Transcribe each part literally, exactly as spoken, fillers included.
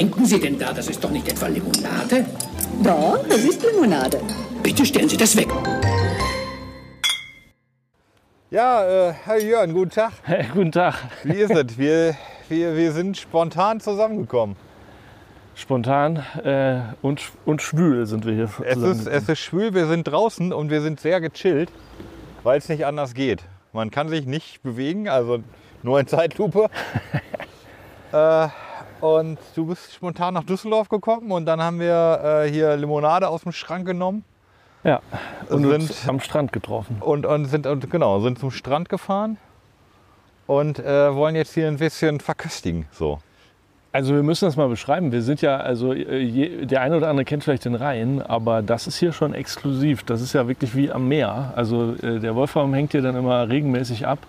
trinken Sie denn da? Das ist doch nicht etwa Limonade? Doch, das ist Limonade. Bitte stellen Sie das weg. Ja, äh, Herr Jörn, guten Tag. Hey, guten Tag. Wie ist es? Wir, wir, wir sind spontan zusammengekommen. Spontan äh, und, und schwül sind wir hier Es ist, es ist schwül, wir sind draußen und wir sind sehr gechillt, weil es nicht anders geht. Man kann sich nicht bewegen, also nur in Zeitlupe. äh, und du bist spontan nach Düsseldorf gekommen und dann haben wir äh, hier Limonade aus dem Schrank genommen. Ja, und sind uns am Strand getroffen. Und, und sind und genau, sind zum Strand gefahren und äh, wollen jetzt hier ein bisschen verköstigen. So. Also wir müssen das mal beschreiben. Wir sind ja, also je, der eine oder andere kennt vielleicht den Rhein, aber das ist hier schon exklusiv. Das ist ja wirklich wie am Meer. Also äh, der Wolfram hängt hier dann immer regelmäßig ab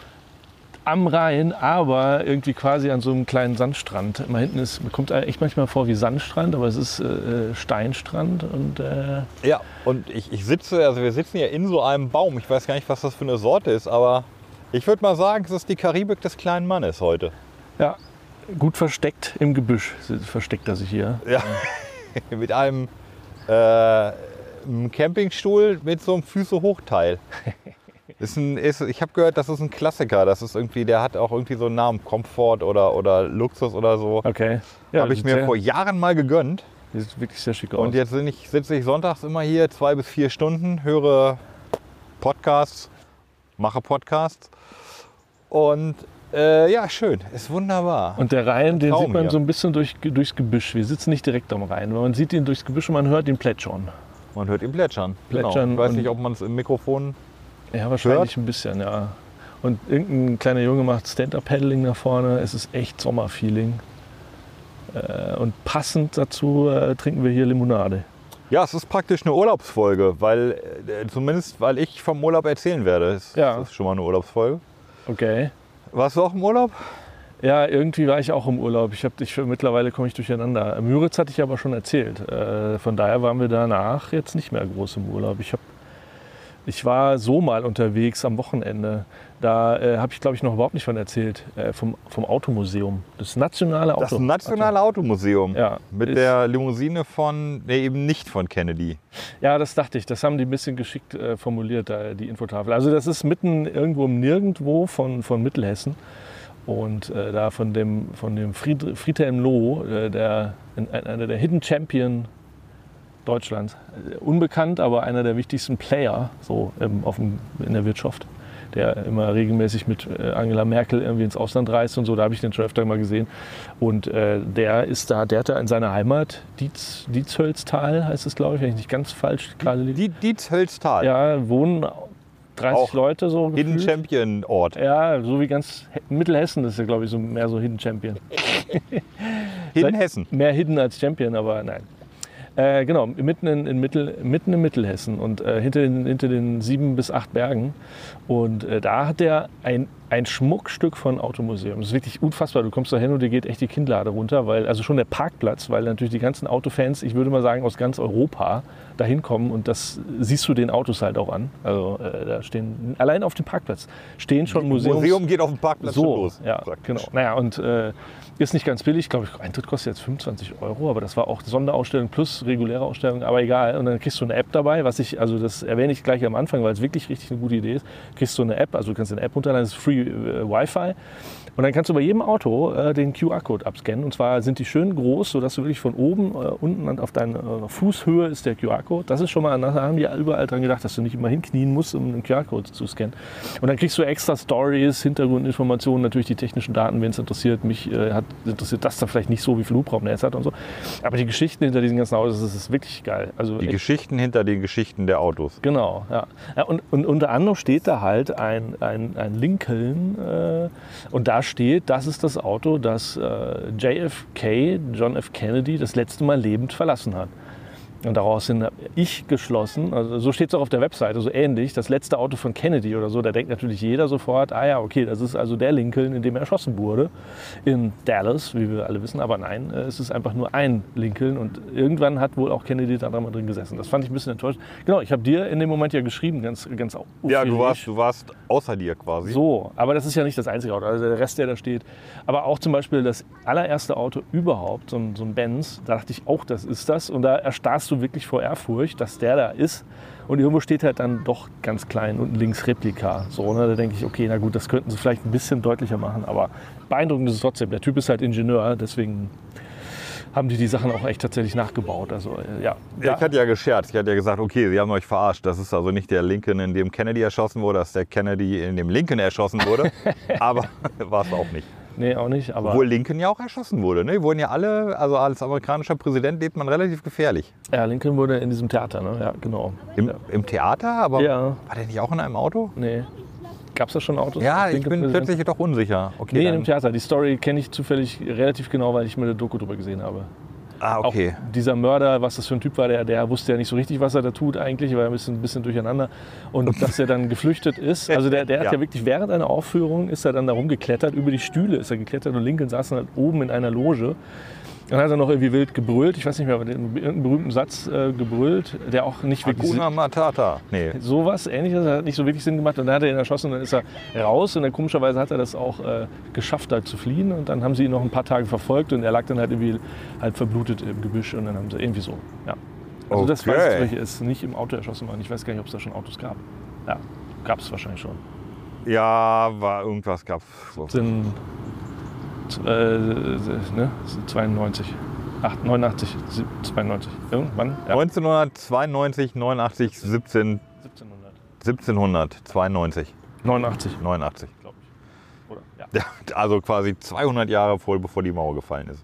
am Rhein, aber irgendwie quasi an so einem kleinen Sandstrand. Immer hinten ist, kommt echt manchmal vor wie Sandstrand, aber es ist äh, Steinstrand. Und, äh ja, und ich, ich sitze, also wir sitzen hier in so einem Baum. Ich weiß gar nicht, was das für eine Sorte ist, aber ich würde mal sagen, es ist die Karibik des kleinen Mannes heute. Ja. Gut versteckt im Gebüsch versteckt er sich hier. Ja, mit einem, äh, einem Campingstuhl mit so einem Füße-Hoch-Teil. Ist ein, ist, ich habe gehört, das ist ein Klassiker. Das ist irgendwie, der hat auch irgendwie so einen Namen, Komfort oder, oder Luxus oder so. Okay. Ja, habe ich mir vor Jahren mal gegönnt. Das sieht wirklich sehr schick aus. Und jetzt ich, sitze ich sonntags immer hier zwei bis vier Stunden, höre Podcasts, mache Podcasts und Äh, ja, schön. Ist wunderbar. Und der Rhein, den Traum sieht man hier. so ein bisschen durch, durchs Gebüsch. Wir sitzen nicht direkt am Rhein, aber man sieht ihn durchs Gebüsch und man hört ihn plätschern. Man hört ihn plätschern. Plätschern. Genau. Ich weiß nicht, ob man es im Mikrofon Ja, wahrscheinlich hört. ein bisschen, ja. Und irgendein kleiner Junge macht Stand-Up-Paddling nach vorne. Es ist echt Sommerfeeling. Äh, und passend dazu äh, trinken wir hier Limonade. Ja, es ist praktisch eine Urlaubsfolge, weil äh, zumindest weil ich vom Urlaub erzählen werde. Das, Ja. das ist schon mal eine Urlaubsfolge. Okay. Warst du auch im Urlaub? Ja, irgendwie war ich auch im Urlaub. Ich hab, ich, mittlerweile komme ich durcheinander. Müritz hatte ich aber schon erzählt. Äh, von daher waren wir danach jetzt nicht mehr groß im Urlaub. Ich, hab, ich war so mal unterwegs am Wochenende. Da äh, habe ich, glaube ich, noch überhaupt nicht von erzählt. Äh, vom, vom Automuseum. Das nationale Auto. Das nationale Automuseum. Ja, Mit ist- der Limousine von, nee, eben nicht von Kennedy. Ja, das dachte ich. Das haben die ein bisschen geschickt äh, formuliert, da, die Infotafel. Also das ist mitten irgendwo im Nirgendwo von, von Mittelhessen. Und äh, da von dem, von dem Fried, Friedhelm Loh, äh, der, ein, einer der Hidden Champion Deutschlands. Äh, unbekannt, aber einer der wichtigsten Player so, ähm, auf dem, in der Wirtschaft. Der immer regelmäßig mit äh, Angela Merkel irgendwie ins Ausland reist und so. Da habe ich den schon öfter mal gesehen. Und äh, der ist da, der hat da in seiner Heimat, Dietz, Dietzhölztal heißt es, glaube ich, wenn ich nicht ganz falsch gerade liege. Die Dietzhölztal. Ja, wohnen dreißig Auch Leute so Hidden gefühlt. Champion Ort. Ja, so wie ganz He- Mittelhessen, das ist ja, glaube ich, so mehr so Hidden Champion. Hidden Hessen. Mehr Hidden als Champion, aber nein. Äh, genau, mitten in, in, Mittel, mitten in Mittelhessen und äh, hinter, den, hinter den sieben bis acht Bergen. Und äh, da hat er ein, ein Schmuckstück von Automuseum. Das ist wirklich unfassbar. Du kommst da hin und dir geht echt die Kinnlade runter, weil, also schon der Parkplatz, weil natürlich die ganzen Autofans, ich würde mal sagen, aus ganz Europa da hinkommen und das siehst du den Autos halt auch an. Also äh, da stehen, allein auf dem Parkplatz stehen schon Museums... Museum geht auf dem Parkplatz schon So, los. ja, praktisch. genau. Naja, und äh, ist nicht ganz billig, glaube ich, Eintritt kostet jetzt fünfundzwanzig Euro, aber das war auch Sonderausstellung plus reguläre Ausstellung, aber egal. Und dann kriegst du eine App dabei, was ich, also das erwähne ich gleich am Anfang, weil es wirklich richtig eine gute Idee ist. Kriegst du eine App, also du kannst eine App runterladen, das ist Free äh, Wi-Fi. Und dann kannst du bei jedem Auto äh, den Q R-Code abscannen. Und zwar sind die schön groß, sodass du wirklich von oben, äh, unten auf deiner äh, Fußhöhe ist der Q R-Code. Das ist schon mal, da haben die überall dran gedacht, dass du nicht immer hinknien musst, um einen Q R-Code zu scannen. Und dann kriegst du extra Stories, Hintergrundinformationen, natürlich die technischen Daten, wenn es interessiert. Mich äh, hat interessiert das da vielleicht nicht so, wie viel Hubraumnetz hat und so. Aber die Geschichten hinter diesen ganzen Autos, das ist wirklich geil. Also Die echt, Geschichten hinter den Geschichten der Autos. Genau, ja. ja und, und unter anderem steht da halt ein, ein, ein Lincoln äh, und da steht, das ist das Auto, das äh, J F K, John F. Kennedy, das letzte Mal lebend verlassen hat. Und daraus sind ich geschlossen, also so steht es auch auf der Webseite, so ähnlich, das letzte Auto von Kennedy oder so, da denkt natürlich jeder sofort, ah ja, okay, das ist also der Lincoln, in dem er erschossen wurde, in Dallas, wie wir alle wissen, aber nein, es ist einfach nur ein Lincoln und irgendwann hat wohl auch Kennedy da dran drin gesessen. Das fand ich ein bisschen enttäuscht. Genau, ich habe dir in dem Moment ja geschrieben, ganz, ganz auffällig. Ja, du warst, du warst außer dir quasi. So, aber das ist ja nicht das einzige Auto, also der Rest, der da steht. Aber auch zum Beispiel das allererste Auto überhaupt, so ein, so ein Benz, da dachte ich auch, das ist das und da erstarrst du wirklich vor Ehrfurcht, dass der da ist. Und irgendwo steht halt dann doch ganz klein unten links Replika. So, ne? Da denke ich, okay, na gut, das könnten sie vielleicht ein bisschen deutlicher machen. Aber beeindruckend ist es trotzdem. Der Typ ist halt Ingenieur, deswegen haben die die Sachen auch echt tatsächlich nachgebaut. Also, äh, ja. Ja, ich hatte ja gescherzt. Ich hatte ja gesagt, okay, sie haben euch verarscht. Das ist also nicht der Lincoln, in dem Kennedy erschossen wurde, das ist der Kennedy, in dem Lincoln erschossen wurde. Aber war es auch nicht. Nee, auch nicht. Aber Obwohl Lincoln ja auch erschossen wurde. Ne? Die wurden ja alle, also als amerikanischer Präsident lebt man relativ gefährlich. Ja, Lincoln wurde in diesem Theater, ne? Ja, genau. Im, ja. im Theater? Aber ja. War der nicht auch in einem Auto? Nee. Gab es da schon Autos? Ja, ich bin plötzlich doch unsicher. Okay, nee, dann. in dem Theater. Die Story kenne ich zufällig relativ genau, weil ich mir eine Doku drüber gesehen habe. Ah, okay. Auch dieser Mörder, was das für ein Typ war, der, der wusste ja nicht so richtig, was er da tut eigentlich, war ein bisschen, ein bisschen durcheinander. Und dass er dann geflüchtet ist, also der, der hat ja. ja wirklich während einer Aufführung, ist er dann da rumgeklettert, über die Stühle ist er geklettert und Lincoln saß dann halt oben in einer Loge. Dann hat er noch irgendwie wild gebrüllt, ich weiß nicht mehr, aber den irgendeinen berühmten Satz äh, gebrüllt, der auch nicht wirklich... Hakuna Matata. Nee. Sowas Ähnliches, das hat nicht so wirklich Sinn gemacht. Und dann hat er ihn erschossen und dann ist er raus. Und dann komischerweise hat er das auch äh, geschafft, da zu fliehen. Und dann haben sie ihn noch ein paar Tage verfolgt und er lag dann halt irgendwie halt verblutet im Gebüsch. Und dann haben sie irgendwie so, ja. Also okay. Das weiß ich, welche ist nicht im Auto erschossen worden. Ich weiß gar nicht, ob es da schon Autos gab. Ja, gab es wahrscheinlich schon. Ja, war irgendwas gab es. Sind... Äh, ne? zweiundneunzig, acht, neunundachtzig, zweiundneunzig, irgendwann? Ja. neunzehnhundertzweiundneunzig, neunundachtzig, siebzehn, siebzehnhundert. siebzehnhundertzweiundneunzig. neunundachtzig. neunundachtzig. Glaube ich. Oder? Ja. Ja, also quasi zweihundert Jahre voll, bevor die Mauer gefallen ist.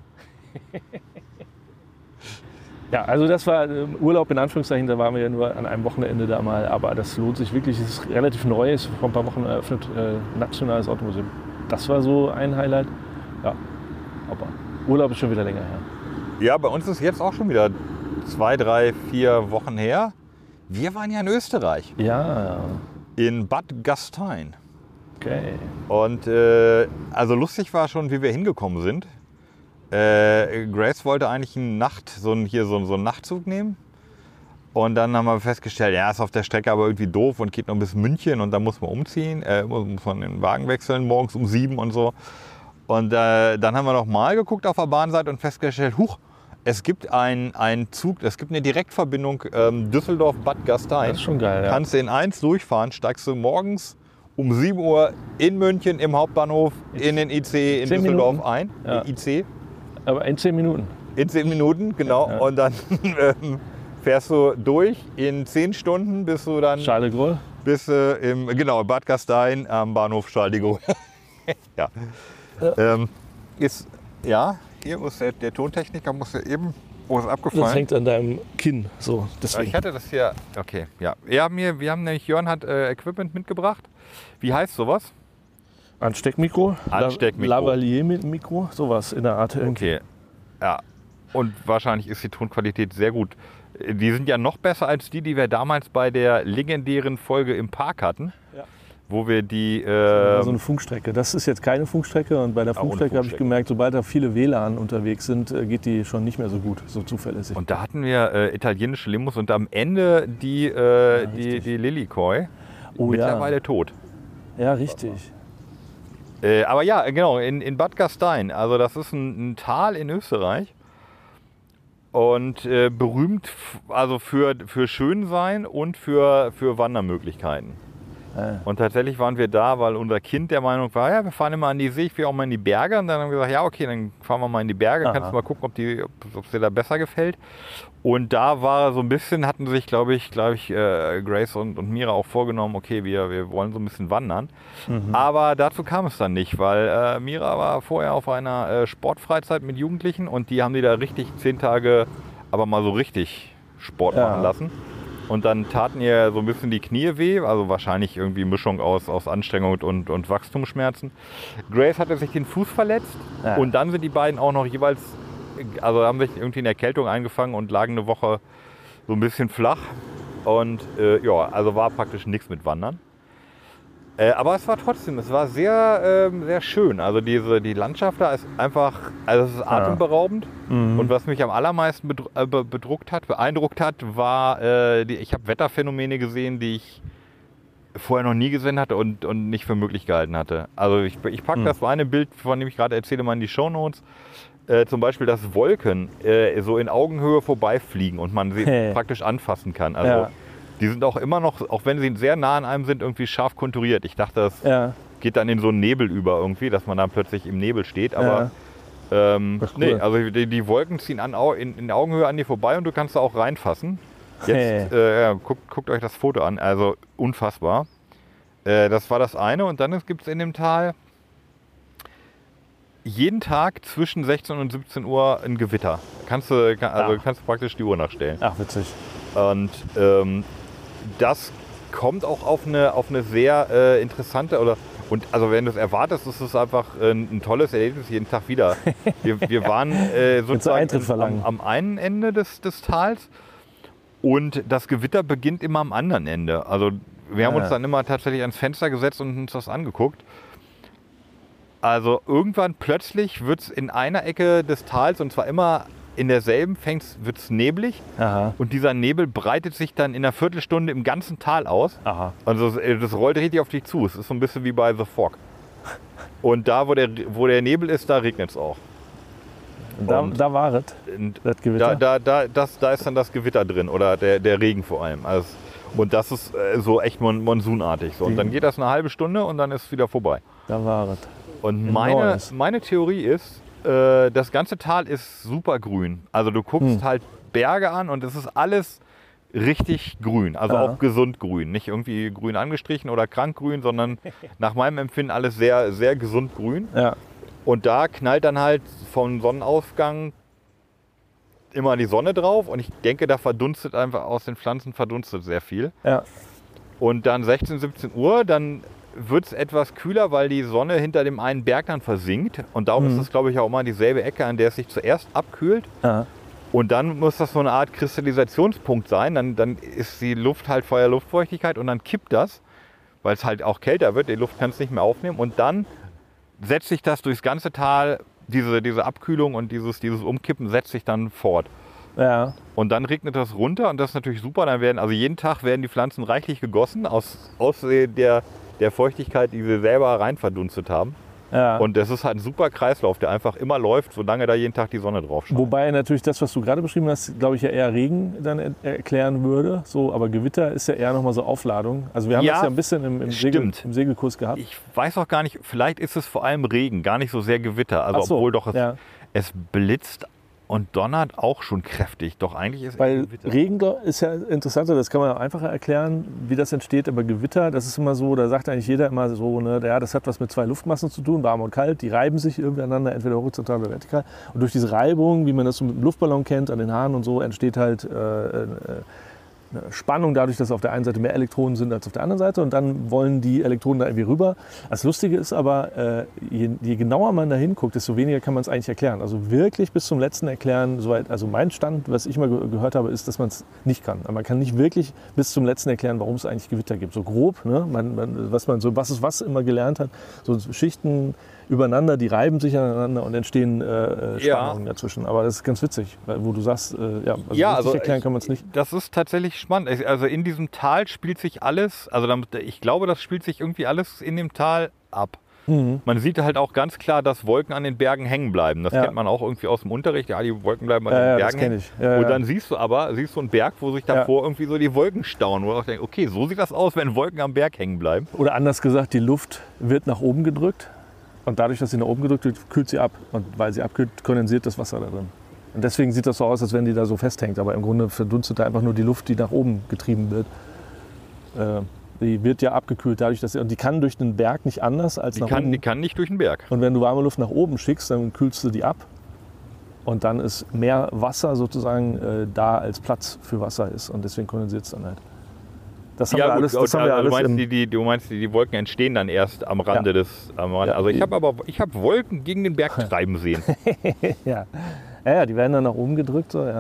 Ja, also das war Urlaub in Anführungszeichen, da waren wir ja nur an einem Wochenende da mal, aber das lohnt sich wirklich, es ist relativ neu, ist vor ein paar Wochen eröffnet, äh, nationales Automuseum. Das war so ein Highlight. Ja, aber Urlaub ist schon wieder länger her. Ja, bei uns ist jetzt auch schon wieder zwei, drei, vier Wochen her. Wir waren ja in Österreich. Ja. In Bad Gastein. Okay. Und äh, also lustig war schon, wie wir hingekommen sind. Äh, Grace wollte eigentlich eine Nacht, so ein, hier so, so einen Nachtzug nehmen. Und dann haben wir festgestellt, ja, ist auf der Strecke aber irgendwie doof und geht noch bis München und dann muss man umziehen, äh, muss man den Wagen wechseln, morgens um sieben und so. Und äh, dann haben wir noch mal geguckt auf der Bahnseite und festgestellt, huch, es gibt einen Zug, es gibt eine Direktverbindung ähm, Düsseldorf-Bad Gastein. Das ist schon geil, ja. Kannst du in eins durchfahren, steigst du morgens um sieben Uhr in München im Hauptbahnhof in den I C in Düsseldorf Minuten. ein. Ja. I C. Aber in zehn Minuten. In zehn Minuten, genau. Ja. Und dann ähm, fährst du durch. In zehn Stunden bist du dann... Charles de Gaulle. Bist du äh, im, genau, Bad Gastein am Bahnhof Charles de Gaulle. Ja. Ja. Ähm, ist, ja, hier muss der, der Tontechniker muss ja eben, wo ist abgefallen? Das hängt an deinem Kinn, so. Deswegen. Ich hatte das hier, okay, ja. Wir haben hier, wir haben nämlich, Jörn hat äh, Equipment mitgebracht. Wie heißt sowas? Ansteckmikro. Ansteckmikro. Lavalier-Mikro, sowas in der Art. Irgendwie. Okay, ja. Und wahrscheinlich ist die Tonqualität sehr gut. Die sind ja noch besser als die, die wir damals bei der legendären Folge im Park hatten. Ja. Wo wir die... Äh, so eine Funkstrecke. Das ist jetzt keine Funkstrecke und bei der Funkstrecke habe ich gemerkt, sobald da viele W L A N unterwegs sind, geht die schon nicht mehr so gut, so zuverlässig. Und da hatten wir äh, italienische Limos und am Ende die, äh, ja, die, die Lilikoi, oh, mittlerweile ja. tot. Ja, richtig. Äh, aber ja, genau, in, in Bad Gastein, also das ist ein, ein Tal in Österreich. Und äh, berühmt f- also für, für Schönsein und für, für Wandermöglichkeiten. Und tatsächlich waren wir da, weil unser Kind der Meinung war, ja, wir fahren immer an die See, ich will auch mal in die Berge. Und dann haben wir gesagt, ja, okay, dann fahren wir mal in die Berge, Aha. kannst du mal gucken, ob die, ob es dir da besser gefällt. Und da war so ein bisschen, hatten sich, glaube ich, glaube ich, äh, Grace und, und Mira auch vorgenommen, okay, wir, wir wollen so ein bisschen wandern. Mhm. Aber dazu kam es dann nicht, weil äh, Mira war vorher auf einer äh, Sportfreizeit mit Jugendlichen und die haben die da richtig zehn Tage, aber mal so richtig Sport ja. machen lassen. Und dann taten ihr so ein bisschen die Knie weh, also wahrscheinlich irgendwie Mischung aus, aus Anstrengung und, und Wachstumsschmerzen. Grace hatte sich den Fuß verletzt ja. und dann sind die beiden auch noch jeweils, also haben sich irgendwie in Erkältung eingefangen und lagen eine Woche so ein bisschen flach. Und äh, ja, also war praktisch nichts mit Wandern. Äh, aber es war trotzdem, es war sehr, ähm, sehr schön. Also diese, die Landschaft da ist einfach, also es ist atemberaubend. Ja. Mhm. Und was mich am allermeisten bedru äh, bedruckt hat, beeindruckt hat, war, äh, die, ich habe Wetterphänomene gesehen, die ich vorher noch nie gesehen hatte und, und nicht für möglich gehalten hatte. Also ich, ich packe mhm. das eine Bild, von dem ich gerade erzähle, mal in die Shownotes. Äh, zum Beispiel, dass Wolken äh, so in Augenhöhe vorbeifliegen und man sie hey. praktisch anfassen kann. Also ja. die sind auch immer noch, auch wenn sie sehr nah an einem sind, irgendwie scharf konturiert. Ich dachte, das ja. geht dann in so einen Nebel über irgendwie, dass man dann plötzlich im Nebel steht. Aber ja. ähm, cool. nee, also die, die Wolken ziehen an, in, in Augenhöhe an dir vorbei und du kannst da auch reinfassen. Jetzt hey. äh, ja, guckt, guckt euch das Foto an, also unfassbar. Äh, das war das eine und dann gibt es in dem Tal jeden Tag zwischen sechzehn und siebzehn Uhr ein Gewitter. Kannst du, kann, also kannst du praktisch die Uhr nachstellen. Ach, witzig. Und ähm, das kommt auch auf eine, auf eine sehr äh, interessante, oder und also wenn du es erwartest, ist es einfach ein, ein tolles Erlebnis jeden Tag wieder. Wir, wir waren äh, sozusagen am, am einen Ende des, des Tals und das Gewitter beginnt immer am anderen Ende. Also wir haben ja. uns dann immer tatsächlich ans Fenster gesetzt und uns das angeguckt. Also irgendwann plötzlich wird es in einer Ecke des Tals, und zwar immer in derselben, wird es neblig. Aha. Und dieser Nebel breitet sich dann in einer Viertelstunde im ganzen Tal aus. Aha. Also das rollt richtig auf dich zu. Es ist so ein bisschen wie bei The Fog. Und da, wo der, wo der Nebel ist, da regnet es auch. Da, da war es, das Gewitter? Da, da, da, das, da ist dann das Gewitter drin oder der, der Regen vor allem. Also, und das ist äh, so echt mon monsunartig. So. Und dann geht das eine halbe Stunde und dann ist es wieder vorbei. Da war es. Und meine, meine Theorie ist, äh, das ganze Tal ist super grün. Also du guckst hm. halt Berge an und es ist alles richtig grün. Also ja. auch gesund grün. Nicht irgendwie grün angestrichen oder krank grün, sondern nach meinem Empfinden alles sehr, sehr gesund grün. Ja. Und da knallt dann halt vom Sonnenaufgang immer die Sonne drauf. Und ich denke, da verdunstet einfach aus den Pflanzen verdunstet sehr viel. Ja. Und dann sechzehn, siebzehn Uhr, dann wird es etwas kühler, weil die Sonne hinter dem einen Berg dann versinkt. Und darum mhm. ist das, glaube ich, auch immer dieselbe Ecke, an der es sich zuerst abkühlt. Ja. Und dann muss das so eine Art Kristallisationspunkt sein. Dann, dann ist die Luft halt Feuer-Luftfeuchtigkeit und dann kippt das, weil es halt auch kälter wird. Die Luft kann es nicht mehr aufnehmen. Und dann setzt sich das durchs ganze Tal, diese, diese Abkühlung und dieses, dieses Umkippen setzt sich dann fort. Ja. Und dann regnet das runter und das ist natürlich super. Dann werden, also jeden Tag werden die Pflanzen reichlich gegossen aus, aus der, der Feuchtigkeit, die sie selber rein verdunstet haben. Ja. Und das ist halt ein super Kreislauf, der einfach immer läuft, solange da jeden Tag die Sonne drauf scheint. Wobei natürlich das, was du gerade beschrieben hast, glaube ich ja eher Regen dann er erklären würde. So, aber Gewitter ist ja eher nochmal so Aufladung. Also wir haben ja, das ja ein bisschen im, im, Segel, im Segelkurs gehabt. Ich weiß auch gar nicht, vielleicht ist es vor allem Regen, gar nicht so sehr Gewitter. Also so, obwohl doch es, ja. es blitzt und donnert auch schon kräftig. Doch eigentlich ist Weil Regen ist ja interessanter, das kann man einfacher erklären, wie das entsteht. Aber Gewitter, das ist immer so, da sagt eigentlich jeder immer so, ne, ja, das hat was mit zwei Luftmassen zu tun, warm und kalt. Die reiben sich irgendwie aneinander, entweder horizontal oder vertikal. Und durch diese Reibung, wie man das so mit einem Luftballon kennt, an den Haaren und so, entsteht halt äh, äh, eine Spannung dadurch, dass auf der einen Seite mehr Elektronen sind als auf der anderen Seite. Und dann wollen die Elektronen da irgendwie rüber. Das Lustige ist aber, äh, je, je genauer man da hinguckt, desto weniger kann man es eigentlich erklären. Also wirklich bis zum letzten erklären, soweit, also mein Stand, was ich mal ge gehört habe, ist, dass man es nicht kann. Man kann nicht wirklich bis zum letzten erklären, warum es eigentlich Gewitter gibt. So grob, ne? man, man, was man so was ist was immer gelernt hat, so Schichten übereinander, die reiben sich aneinander und entstehen äh, Spannungen ja. dazwischen. Aber das ist ganz witzig, wo du sagst, äh, ja, also ja, richtig also erklären kann man es nicht. Das ist tatsächlich spannend. Also in diesem Tal spielt sich alles, also damit, ich glaube, das spielt sich irgendwie alles in dem Tal ab. Mhm. Man sieht halt auch ganz klar, dass Wolken an den Bergen hängen bleiben. Das ja. kennt man auch irgendwie aus dem Unterricht. Ja, die Wolken bleiben an ja, den ja, Bergen hängen. Ja, und dann ja. siehst du aber, siehst du einen Berg, wo sich davor ja. irgendwie so die Wolken stauen. Wo du auch denkst, okay, so sieht das aus, wenn Wolken am Berg hängen bleiben. Oder anders gesagt, die Luft wird nach oben gedrückt. Und dadurch, dass sie nach oben gedrückt wird, kühlt sie ab. Und weil sie abkühlt, kondensiert das Wasser da drin. Und deswegen sieht das so aus, als wenn die da so festhängt. Aber im Grunde verdunstet da einfach nur die Luft, die nach oben getrieben wird. Äh, die wird ja abgekühlt dadurch, dass sie, und die kann durch den Berg nicht anders als die nach kann, oben. Die kann nicht durch den Berg. Und wenn du warme Luft nach oben schickst, dann kühlst du die ab. Und dann ist mehr Wasser sozusagen äh, da, als Platz für Wasser ist. Und deswegen kondensiert es dann halt. Das haben ja, wir alles, gut, das haben wir also alles du, meinst, die, die, du meinst, die, die Wolken entstehen dann erst am Rande ja. des... Am Rande. Ja. Also ich habe aber ich hab Wolken gegen den Berg treiben sehen. ja. ja, die werden dann nach oben gedrückt. So, ja.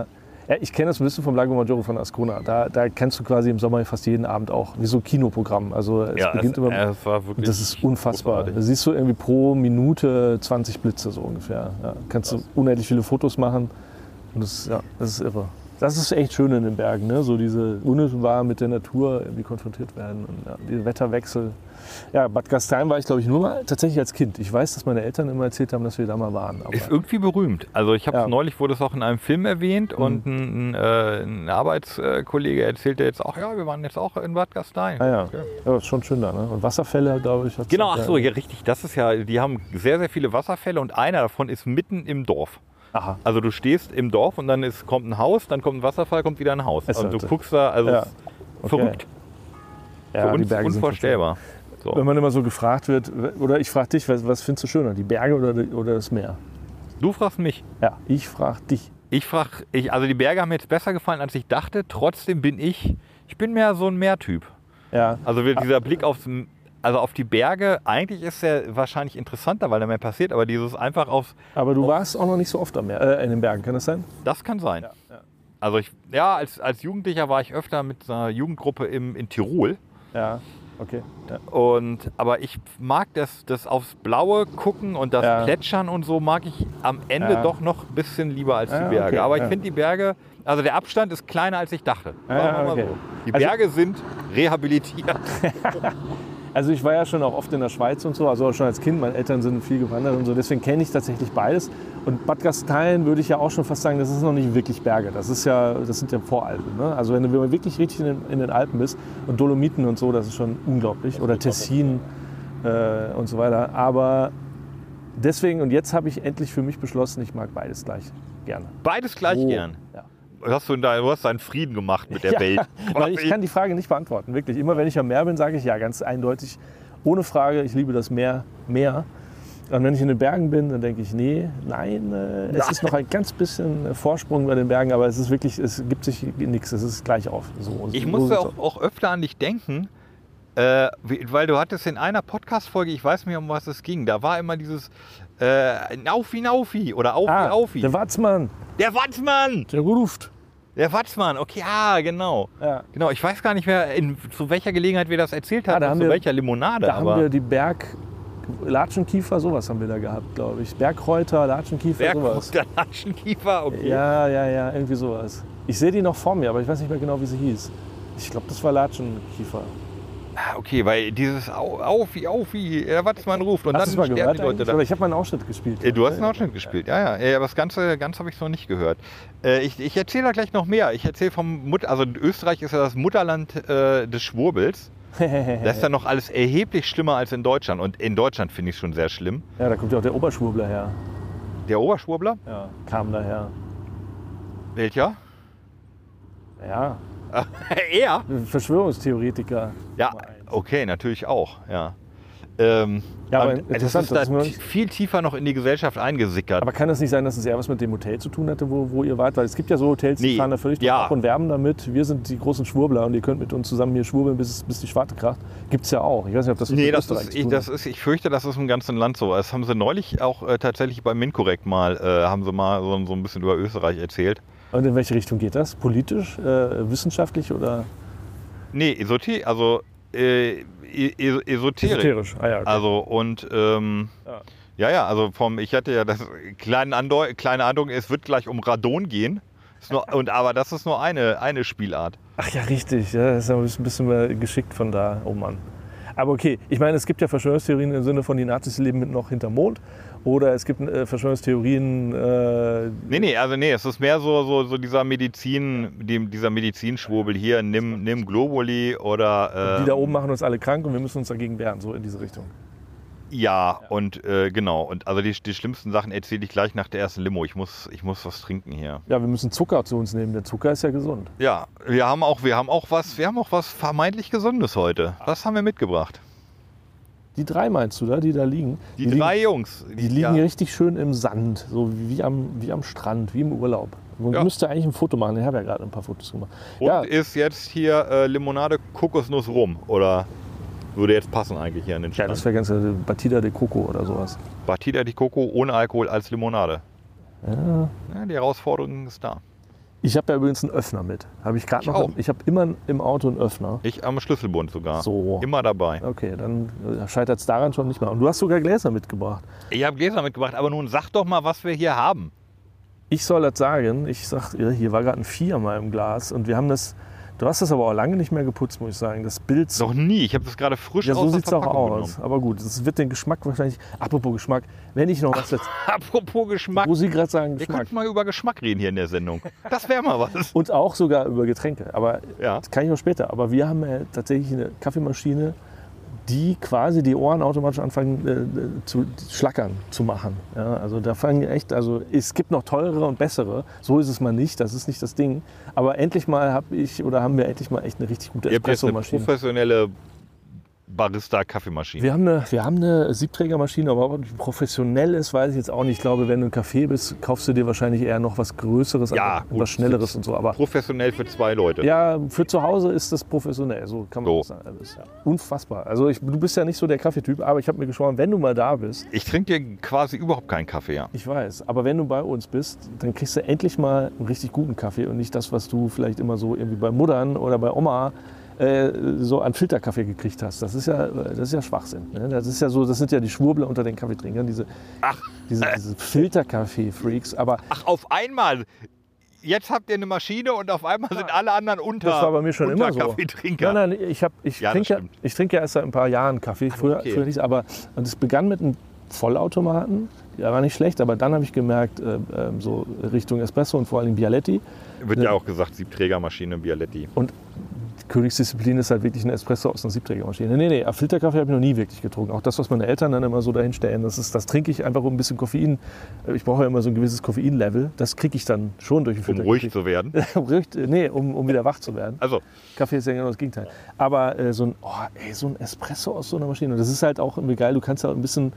Ja, ich kenne das ein bisschen vom Lago Maggiore von Ascona. Da, da kennst du quasi im Sommer fast jeden Abend auch, wie so ein Kinoprogramm. Also es Ja, beginnt es, immer. es war wirklich Das ist unfassbar. großartig. Da siehst du irgendwie pro Minute zwanzig Blitze so ungefähr. Ja, kannst du unendlich viele Fotos machen und das, ja, das ist irre. Das ist echt schön in den Bergen, ne? So diese unmittelbar mit der Natur irgendwie konfrontiert werden und ja, die Wetterwechsel. Ja, Bad Gastein war ich glaube ich nur mal tatsächlich als Kind. Ich weiß, dass meine Eltern immer erzählt haben, dass wir da mal waren. Aber Ist irgendwie berühmt. Also ich habe Ja. neulich wurde es auch in einem Film erwähnt und ein, ein, äh, ein Arbeitskollege erzählte jetzt auch, ja, wir waren jetzt auch in Bad Gastein. ah, ja. ja, ist schon schön da. Ne? Und Wasserfälle, glaube ich. hat's Genau, auch, ach so, ja, richtig. Das ist ja, die haben sehr, sehr viele Wasserfälle und einer davon ist mitten im Dorf. Aha. Also du stehst im Dorf und dann ist, kommt ein Haus, dann kommt ein Wasserfall, kommt wieder ein Haus. Es Und du sollte. guckst da, also Ja. es ist Okay. verrückt. Ja, Für die uns Berge sind unvorstellbar. Wenn So. man immer so gefragt wird, oder ich frage dich, was, was findest du schöner, die Berge oder, die- oder das Meer? Du fragst mich. Ja, ich frage dich. Ich frage, ich, also die Berge haben mir jetzt besser gefallen, als ich dachte. Trotzdem bin ich, ich bin mehr so ein Meertyp. Ja, Also wir- dieser Blick aufs, also auf die Berge, eigentlich ist der wahrscheinlich interessanter, weil da mehr passiert, aber dieses einfach aufs, aber du warst auch noch nicht so oft am Meer, äh, in den Bergen, kann das sein? das kann sein. Ja, ja. Also ich, ja, als, als Jugendlicher war ich öfter mit einer Jugendgruppe im, in Tirol. Ja, okay. Ja. Und, aber ich mag das, das aufs Blaue gucken und das Ja. Plätschern und so mag ich am Ende Ja. doch noch ein bisschen lieber als Ja, die Berge. okay, Aber ich ja. finde die Berge, also der Abstand ist kleiner als ich dachte. Ja, Sagen wir mal okay. so. Die Also- Berge sind rehabilitiert. Also ich war ja schon auch oft in der Schweiz und so, also auch schon als Kind, meine Eltern sind viel gewandert und so, deswegen kenne ich tatsächlich beides. Und Bad Gastein würde ich ja auch schon fast sagen, das ist noch nicht wirklich Berge, das, ist ja, das sind ja Voralpen. Ne? Also wenn du wenn du wirklich richtig in den, in den Alpen bist und Dolomiten und so, das ist schon unglaublich. Oder Tessin äh, und so weiter. Aber deswegen, und jetzt habe ich endlich für mich beschlossen, ich mag beides gleich gerne. Beides gleich Oh, gern. Ja. Hast du, da, du hast deinen Frieden gemacht mit der Ja, Welt. Weil ich kann die Frage nicht beantworten, wirklich. Immer wenn ich am Meer bin, sage ich ja ganz eindeutig, ohne Frage, ich liebe das Meer mehr. Und wenn ich in den Bergen bin, dann denke ich, nee, nein, äh, es ist noch ein ganz bisschen Vorsprung bei den Bergen, aber es ist wirklich, es gibt sich nichts, es ist gleich auf. So, Ich so musste sieht's auch, auch öfter an dich denken, äh, wie- weil du hattest in einer Podcast-Folge, ich weiß nicht, um was es ging, da war immer dieses äh, Naufi Naufi oder Aufi Ah, Aufi. der Watzmann, Der Watzmann! der ruft. Der Watzmann, okay, ja, genau. Ja. Genau, ich weiß gar nicht mehr, in, zu welcher Gelegenheit wir das erzählt haben, Ah, da und haben zu wir- welcher Limonade. Da aber haben wir die Berg... Latschenkiefer, sowas haben wir da gehabt, glaube ich. Bergkräuter, Latschenkiefer, sowas. der Latschenkiefer, okay. Ja, ja, ja, irgendwie sowas. Ich sehe die noch vor mir, aber ich weiß nicht mehr genau, wie sie hieß. Ich glaube, das war Latschenkiefer. Ah, okay, weil dieses Au- Aufi, Aufi, der Watzmann ruft und Hast du es dann mal sterben gehört die Leute eigentlich? da. Oder ich habe mal einen Ausschnitt gespielt. Äh, Du hast einen Ausschnitt gespielt, ja, ja. ja aber das Ganze, ganz habe ich noch nicht gehört. Äh, ich ich erzähle da gleich noch mehr. Ich erzähle vom Mut also Österreich ist ja das Mutterland äh, des Schwurbels. Da ist dann noch alles erheblich schlimmer als in Deutschland. Und in Deutschland finde ich es schon sehr schlimm. Ja, da kommt ja auch der Oberschwurbler her. Der Oberschwurbler? Ja, kam daher. Welcher? Ja, er? Verschwörungstheoretiker. Ja, Nummer eins. okay, natürlich auch, ja. Ähm, Ja, aber aber das interessant, ist das da ist mir noch nicht- viel tiefer noch in die Gesellschaft eingesickert. Aber kann es nicht sein, dass es eher was mit dem Hotel zu tun hatte, wo, wo ihr wart? Weil es gibt ja so Hotels, die Nee, fahren da völlig ja. drauf ab und werben damit. Wir sind die großen Schwurbler und ihr könnt mit uns zusammen hier schwurbeln, bis, bis die Schwarte kracht. Gibt es ja auch. Ich weiß nicht, ob das was Nee, mit das Österreich ist, zu ich, tun das hat. ist, ich fürchte, das ist im ganzen Land so. Das haben sie neulich auch äh, tatsächlich bei Minkorrekt mal, äh, haben sie mal so, so ein bisschen über Österreich erzählt. Und in welche Richtung geht das? Politisch, äh, wissenschaftlich oder Nee, Esoter also äh, e- e- Esoterik. esoterisch? Ah ja, okay. Also und ähm, Ja. ja, ja, also vom, ich hatte ja das kleine Andeu kleine Andeutung, es wird gleich um Radon gehen. Ist nur, und, aber das ist nur eine, eine Spielart. Ach ja, richtig. Ja, das ist aber ein bisschen mal geschickt von da. Oh Mann. Aber okay, ich meine, es gibt ja Verschwörungstheorien im Sinne von, die Nazis leben mit noch hinterm Mond. Oder es gibt äh, Verschwörungstheorien... Äh, Nee, nee, also nee, es ist mehr so, so, so dieser Medizin, die, dieser Medizinschwurbel hier, nimm, nimm Globuli oder... Äh, die da oben machen uns alle krank und wir müssen uns dagegen wehren, so in diese Richtung. Ja, und äh, genau. Und also die, die schlimmsten Sachen erzähle ich gleich nach der ersten Limo. Ich muss, ich muss was trinken hier. Ja, wir müssen Zucker zu uns nehmen. Der Zucker ist ja gesund. Ja, wir haben auch, wir haben auch was, wir haben auch was vermeintlich Gesundes heute. Was haben wir mitgebracht? Die drei meinst du da, die da liegen? Die, die drei liegen, Jungs. Die liegen ja. richtig schön im Sand, so wie am, wie am Strand, wie im Urlaub. Man Ja. müsste eigentlich ein Foto machen. Ich habe ja gerade ein paar Fotos gemacht. Und ja, ist jetzt hier äh, Limonade Kokosnuss rum. Oder würde jetzt passen eigentlich hier an den ja, Stand. das wäre ganz äh, Batida de Coco oder sowas. Batida di Coco ohne Alkohol als Limonade. Ja. Ja, die Herausforderung ist da. Ich habe ja übrigens einen Öffner mit. Habe ich gerade Ich noch. auch. Ich habe immer im Auto einen Öffner. Ich am Schlüsselbund sogar. So. Immer dabei. Okay, dann scheitert es daran schon nicht mehr. Und du hast sogar Gläser mitgebracht. Ich habe Gläser mitgebracht, aber nun sag doch mal, was wir hier haben. Ich soll das sagen. Ich sag, ja, hier war gerade ein Vier mal im Glas. Und wir haben das. Du hast das aber auch lange nicht mehr geputzt, muss ich sagen. Das Bild. Noch nie. Ich habe das gerade frisch Ja, aus so der sieht es auch Verpackung aus. genommen. Aber gut, das wird den Geschmack wahrscheinlich. Apropos Geschmack, wenn ich noch was jetzt. Apropos Geschmack. Wo Sie gerade sagen, Wir Geschmack. könnten mal über Geschmack reden hier in der Sendung. Das wäre mal was. Und auch sogar über Getränke. Aber Ja. das kann ich noch später. Aber wir haben ja tatsächlich eine Kaffeemaschine, die quasi die Ohren automatisch anfangen äh, zu schlackern zu machen. Ja, also da fangen echt, also es gibt noch teurere und bessere. So ist es mal nicht, das ist nicht das Ding. Aber endlich mal habe ich oder haben wir endlich mal echt eine richtig gute Ihr habt jetzt eine Espressomaschine. professionelle Barista-Kaffeemaschine. Wir haben eine, wir haben eine Siebträgermaschine, aber ob die professionell ist, weiß ich jetzt auch nicht. Ich glaube, wenn du im Café bist, kaufst du dir wahrscheinlich eher noch was Größeres, Ja, also gut. was Schnelleres und so. Aber Professionell für zwei Leute. ja, für zu Hause ist das professionell, so kann man So. das sagen. Das ist ja unfassbar. Also ich, du bist ja nicht so der Kaffeetyp, aber ich habe mir geschworen, wenn du mal da bist, Ich trinke hier quasi überhaupt keinen Kaffee. Ja. ich weiß, aber wenn du bei uns bist, dann kriegst du endlich mal einen richtig guten Kaffee und nicht das, was du vielleicht immer so irgendwie bei Muttern oder bei Oma äh, so an Filterkaffee gekriegt hast. Das ist ja, das ist ja Schwachsinn. Ne? Das ist ja so, das sind ja die Schwurbler unter den Kaffeetrinkern, diese, Ach, diese, diese Filterkaffee-Freaks. Aber ach, auf einmal. Jetzt habt ihr eine Maschine und auf einmal sind alle anderen unter, das war bei mir schon unter immer so. Kaffeetrinker. Nein, nein, ich, hab, ich, Ja, das trinke, ja, stimmt. ich trinke ja erst seit ein paar Jahren Kaffee. Früher, okay. früher nicht, aber und es begann mit einem Vollautomaten. Ja, war nicht schlecht, aber dann habe ich gemerkt, äh, äh, so Richtung Espresso und vor allem Bialetti. Wird ja auch gesagt, Siebträgermaschine Bialetti. Und die Königsdisziplin ist halt wirklich ein Espresso aus einer Siebträgermaschine. Nee, nee, Filterkaffee habe ich noch nie wirklich getrunken. Auch das, was meine Eltern dann immer so dahin stellen, das, ist, das trinke ich einfach um ein bisschen Koffein. Ich brauche ja immer so ein gewisses Koffeinlevel. Das kriege ich dann schon durch den Um Filterkaffee. ruhig zu werden. Ruhig, nee, um, um wieder wach zu werden. Also, Kaffee ist ja genau das Gegenteil. Aber äh, so, ein, oh, ey, so ein Espresso aus so einer Maschine, das ist halt auch irgendwie geil. Du kannst ja auch ein bisschen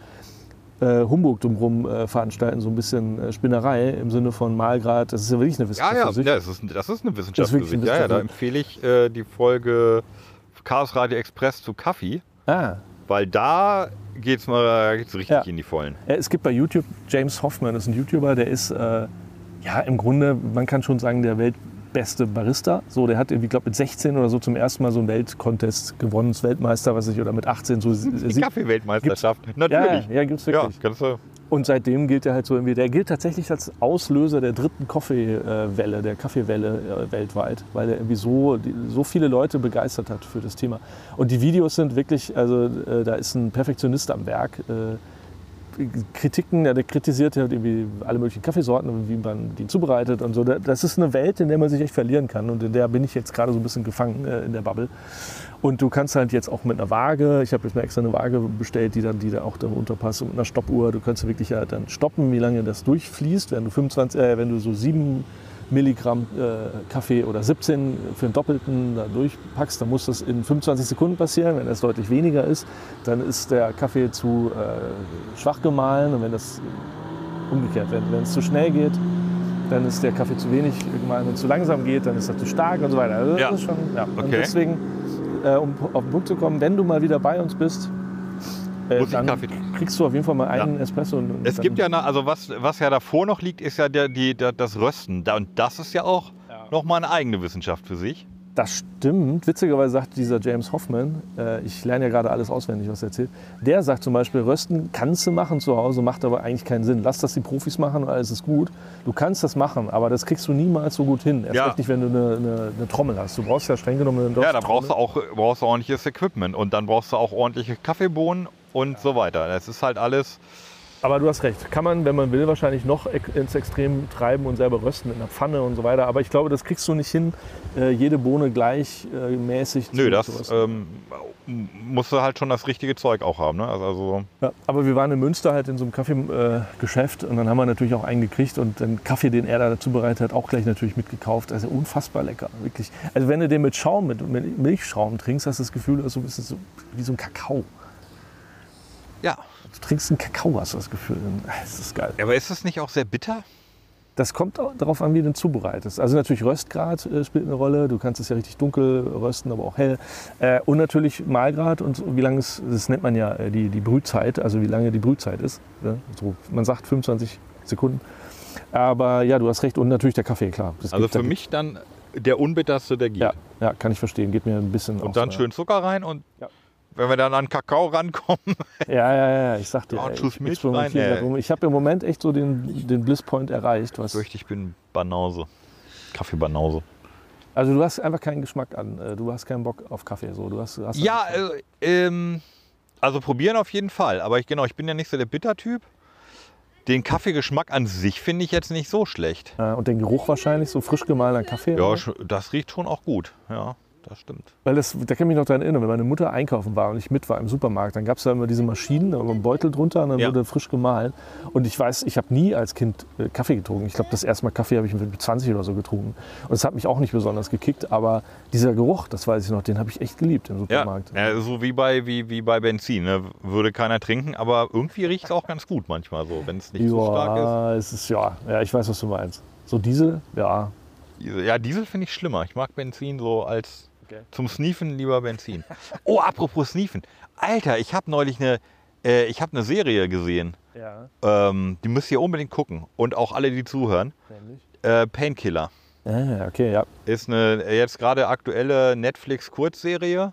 äh, Humbug drumherum äh, veranstalten, so ein bisschen äh, Spinnerei im Sinne von Malgrad. Das ist ja wirklich eine ja, Wissenschaft ja, für sich. ja das, ist, das ist eine Wissenschaft Das ist wirklich für sich. eine Ja, ja, da Wissenschaft. empfehle ich äh, die Folge Chaos Radio Express zu Kaffee, Ah, weil da geht es mal da geht's richtig Ja. in die Vollen. äh, es gibt bei YouTube James Hoffman, das ist ein YouTuber, der ist äh, ja im Grunde, man kann schon sagen, der weltbeste Barista. So, der hat irgendwie, glaube mit sechzehn oder so zum ersten Mal so einen Weltcontest gewonnen, das Weltmeister, was ich, oder mit achtzehn so. Die Kaffee-Weltmeisterschaft, Ja, natürlich. ja, gibt's Ja, wirklich. kannst du. Und seitdem gilt er halt so irgendwie, der gilt tatsächlich als Auslöser der dritten Kaffeewelle, der Kaffeewelle äh, weltweit, weil er irgendwie so, die, so viele Leute begeistert hat für das Thema. Und die Videos sind wirklich, also äh, da ist ein Perfektionist am Werk. Äh, Kritiken, ja, der kritisiert halt irgendwie alle möglichen Kaffeesorten und wie man die zubereitet und so. Das ist eine Welt, in der man sich echt verlieren kann und in der bin ich jetzt gerade so ein bisschen gefangen äh, in der Bubble. Und du kannst halt jetzt auch mit einer Waage, ich habe jetzt mir extra eine Waage bestellt, die dann die da auch dann runterpasst und mit einer Stoppuhr, du kannst wirklich ja dann stoppen, wie lange das durchfließt, wenn du fünfundzwanzig, äh, wenn du so sieben Milligramm äh, Kaffee oder siebzehn für einen Doppelten da durchpackst, dann muss das in fünfundzwanzig Sekunden passieren. Wenn das deutlich weniger ist, dann ist der Kaffee zu äh, schwach gemahlen und wenn das umgekehrt, wenn, wenn es zu schnell geht, dann ist der Kaffee zu wenig gemahlen. Wenn es zu langsam geht, dann ist er zu stark und so weiter. Also das Ja. ist schon, ja. Und Okay. deswegen, äh, um auf den Punkt zu kommen, wenn du mal wieder bei uns bist, äh, Muss ich dann Kaffee trinken. kriegst du auf jeden Fall mal einen Espresso. Und, und Es dann, gibt ja, na- also was, was ja davor noch liegt, ist ja der, die, der, das Rösten. Da, und das ist ja auch Ja. nochmal eine eigene Wissenschaft für sich. Das stimmt. Witzigerweise sagt dieser James Hoffman, äh, ich lerne ja gerade alles auswendig, was er erzählt, der sagt zum Beispiel, Rösten kannst du machen zu Hause, macht aber eigentlich keinen Sinn. Lass das die Profis machen und alles ist gut. Du kannst das machen, aber das kriegst du niemals so gut hin. Erst Ja. recht nicht, wenn du eine, eine, eine Trommel hast. Du brauchst ja streng genommen eine Ja, da brauchst du auch brauchst du ordentliches Equipment und dann brauchst du auch ordentliche Kaffeebohnen und so weiter. Das ist halt alles. Aber du hast recht. Kann man, wenn man will, wahrscheinlich noch ex- ins Extrem treiben und selber rösten in der Pfanne und so weiter. Aber ich glaube, das kriegst du nicht hin, äh, jede Bohne gleichmäßig Nö, zu, das zu rösten. ähm, musst du halt schon das richtige Zeug auch haben. Ne? Also, also Ja, aber wir waren in Münster halt in so einem Kaffeegeschäft und dann haben wir natürlich auch einen gekriegt und den Kaffee, den er da dazu bereitet hat, auch gleich natürlich mitgekauft. Also unfassbar lecker, wirklich. Also wenn du den mit Schaum, mit mit Milchschaum trinkst, hast du das Gefühl, das ist so ein bisschen so wie so ein Kakao. ja. Du trinkst einen Kakao, hast du das Gefühl. Das ist geil. Aber ist das nicht auch sehr bitter? Das kommt auch darauf an, wie du ihn zubereitest. Also natürlich Röstgrad äh, spielt eine Rolle. Du kannst es ja richtig dunkel rösten, aber auch hell. Äh, und natürlich Mahlgrad und so, wie lange es, das nennt man ja äh, die, die Brühzeit, also wie lange die Brühzeit ist. Ja? So, man sagt fünfundzwanzig Sekunden. Aber ja, du hast recht. Und natürlich der Kaffee, klar. Das Also gibt- für da- mich dann der unbitterste, der geht. Ja, ja, kann ich verstehen. Geht mir ein bisschen Und auch dann so, schön Zucker rein und Ja. wenn wir dann an Kakao rankommen, Ja, ja, ja, ja. Ich sagte, Ja, ey, Schuss ich Milch experimentiere rein, da ey. rum. Ich habe im Moment echt so den, den Bliss-Point erreicht. Was, fürchte ich bin Banause. Kaffee-Banause. also du hast einfach keinen Geschmack an. äh, Du hast keinen Bock auf Kaffee. So. Du hast, hast Ja, äh, ähm, also probieren auf jeden Fall. Aber ich, genau, ich bin ja nicht so der Bittertyp. Den Kaffeegeschmack an sich finde ich jetzt nicht so schlecht. äh, und den Geruch wahrscheinlich, so frisch gemahlener Kaffee. Ja, oder? sch- das riecht schon auch gut. Ja, das stimmt. Weil das, da kann ich mich noch daran erinnern, wenn meine Mutter einkaufen war und ich mit war im Supermarkt, dann gab es da immer diese Maschinen, da war ein Beutel drunter und dann Ja. wurde frisch gemahlen. Und ich weiß, ich habe nie als Kind äh, Kaffee getrunken. Ich glaube, das erste Mal Kaffee habe ich mit zwanzig oder so getrunken. Und es hat mich auch nicht besonders gekickt, aber dieser Geruch, das weiß ich noch, den habe ich echt geliebt im Ja, Supermarkt. ja, so wie bei, wie, wie bei Benzin. Ne? Würde keiner trinken, aber irgendwie riecht es auch ganz gut manchmal so, wenn es nicht so stark Ja, es ist ja, ja, ich weiß, was du meinst. So Diesel, ja. ist. Diesel- Ja, Diesel finde ich schlimmer. Ich mag Benzin so als Okay. zum Sneefen lieber Benzin. Oh, apropos Sneefen. Alter, ich habe neulich eine, äh, ich habe eine Serie gesehen. Ja, Ähm, die müsst ihr unbedingt gucken. Und auch alle, die zuhören. nämlich. Äh, Painkiller. Ah, okay, ja. Ist eine jetzt gerade aktuelle Netflix-Kurzserie.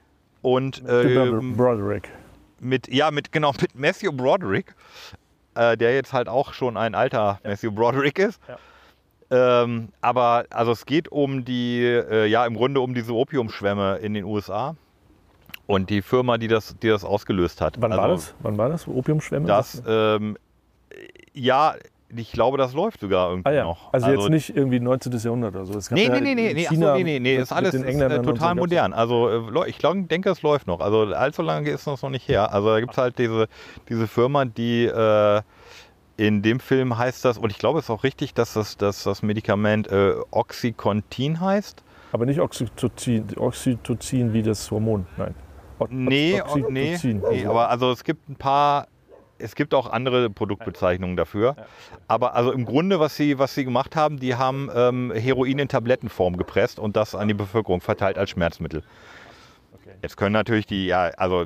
Und ähm, Broderick. mit, ja, mit, genau, mit Matthew Broderick, äh, der jetzt halt auch schon ein alter Matthew Broderick ist. Ja. Ähm, aber also es geht um die, äh, ja, im Grunde um diese Opiumschwämme in den U S A und die Firma, die das, die das ausgelöst hat. Wann also war das? Wann war das? Opiumschwämme? Das, ähm, ja, ich glaube, das läuft sogar irgendwie Ah ja, noch. also, jetzt nicht irgendwie neunzehnten. Jahrhundert oder so. Es gab Nee, ja nee, nee, nee, in nee, ach China so, nee, nee, nee, mit- ist alles mit den ist, Engländern äh, und total so gab's- modern. Also äh, Leu- ich glaub, denke, es läuft noch. Also allzu lange ist das noch nicht her. Also da gibt es halt diese, diese Firma, die äh, in dem Film heißt das, und ich glaube, es ist auch richtig, dass das, dass das Medikament äh, Oxycontin heißt. Aber nicht Oxytocin, Oxytocin wie das Hormon, nein. O- Nee, Oxy- o- nee, Oxytocin. nee, aber also es gibt ein paar, es gibt auch andere Produktbezeichnungen dafür. Aber also im Grunde, was sie, was sie gemacht haben, die haben ähm, Heroin in Tablettenform gepresst und das an die Bevölkerung verteilt als Schmerzmittel. Okay. Jetzt können natürlich die, ja, also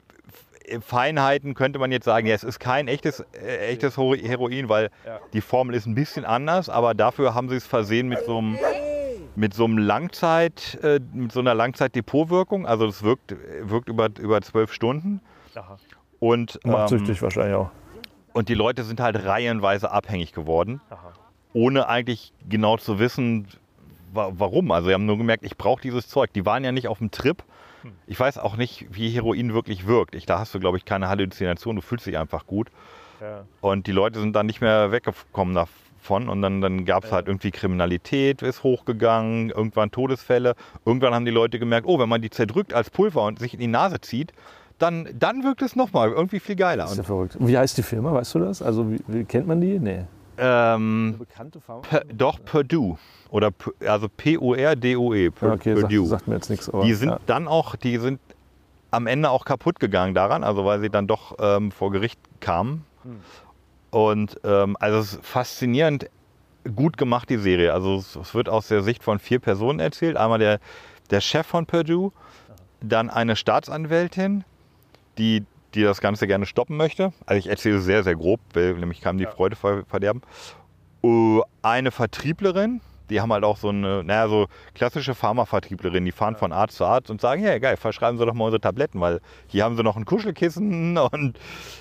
F- Feinheiten könnte man jetzt sagen, ja, es ist kein echtes, äh, echtes Hero- Heroin, weil Ja. die Formel ist ein bisschen anders, aber dafür haben sie es versehen mit so einem mit so einem Langzeit, äh, mit so einer Langzeitdepotwirkung. Also es wirkt, wirkt über, über zwölf Stunden. Aha. Und, Macht ähm, süchtig wahrscheinlich auch. und die Leute sind halt reihenweise abhängig geworden, Aha. ohne eigentlich genau zu wissen, wa warum. Also sie haben nur gemerkt, ich brauche dieses Zeug. Die waren ja nicht auf dem Trip. Ich weiß auch nicht, wie Heroin wirklich wirkt. Ich, da hast du, glaube ich, keine Halluzination. Du fühlst dich einfach gut. Ja. Und die Leute sind dann nicht mehr weggekommen davon. Und dann, dann gab es halt irgendwie Kriminalität, ist hochgegangen, irgendwann Todesfälle. Irgendwann haben die Leute gemerkt, oh, wenn man die zerdrückt als Pulver und sich in die Nase zieht, dann, dann wirkt es nochmal irgendwie viel geiler. Das ist ja Und, verrückt. Und wie heißt die Firma, weißt du das? Also wie, wie kennt man die? Nee. ähm, Bekannte Firma? P doch Purdue. Oder P also P U R D U E. Pur- Okay, sagt, Purdue. sagt mir jetzt nichts. Aber, Die sind ja. dann auch, die sind am Ende auch kaputt gegangen daran, also weil sie dann doch ähm, vor Gericht kamen. Hm. Und ähm, also es ist faszinierend gut gemacht, die Serie. Also es, es wird aus der Sicht von vier Personen erzählt. Einmal der, der Chef von Purdue, dann eine Staatsanwältin, die, die das Ganze gerne stoppen möchte. Also ich erzähle sehr, sehr grob, will nämlich keinem die Freude ver verderben. Uh, eine Vertrieblerin, die haben halt auch so eine, naja, so klassische Pharmavertrieblerin, die fahren von Arzt zu Arzt und sagen, ja geil, verschreiben Sie doch mal unsere Tabletten, weil hier haben Sie noch ein Kuschelkissen und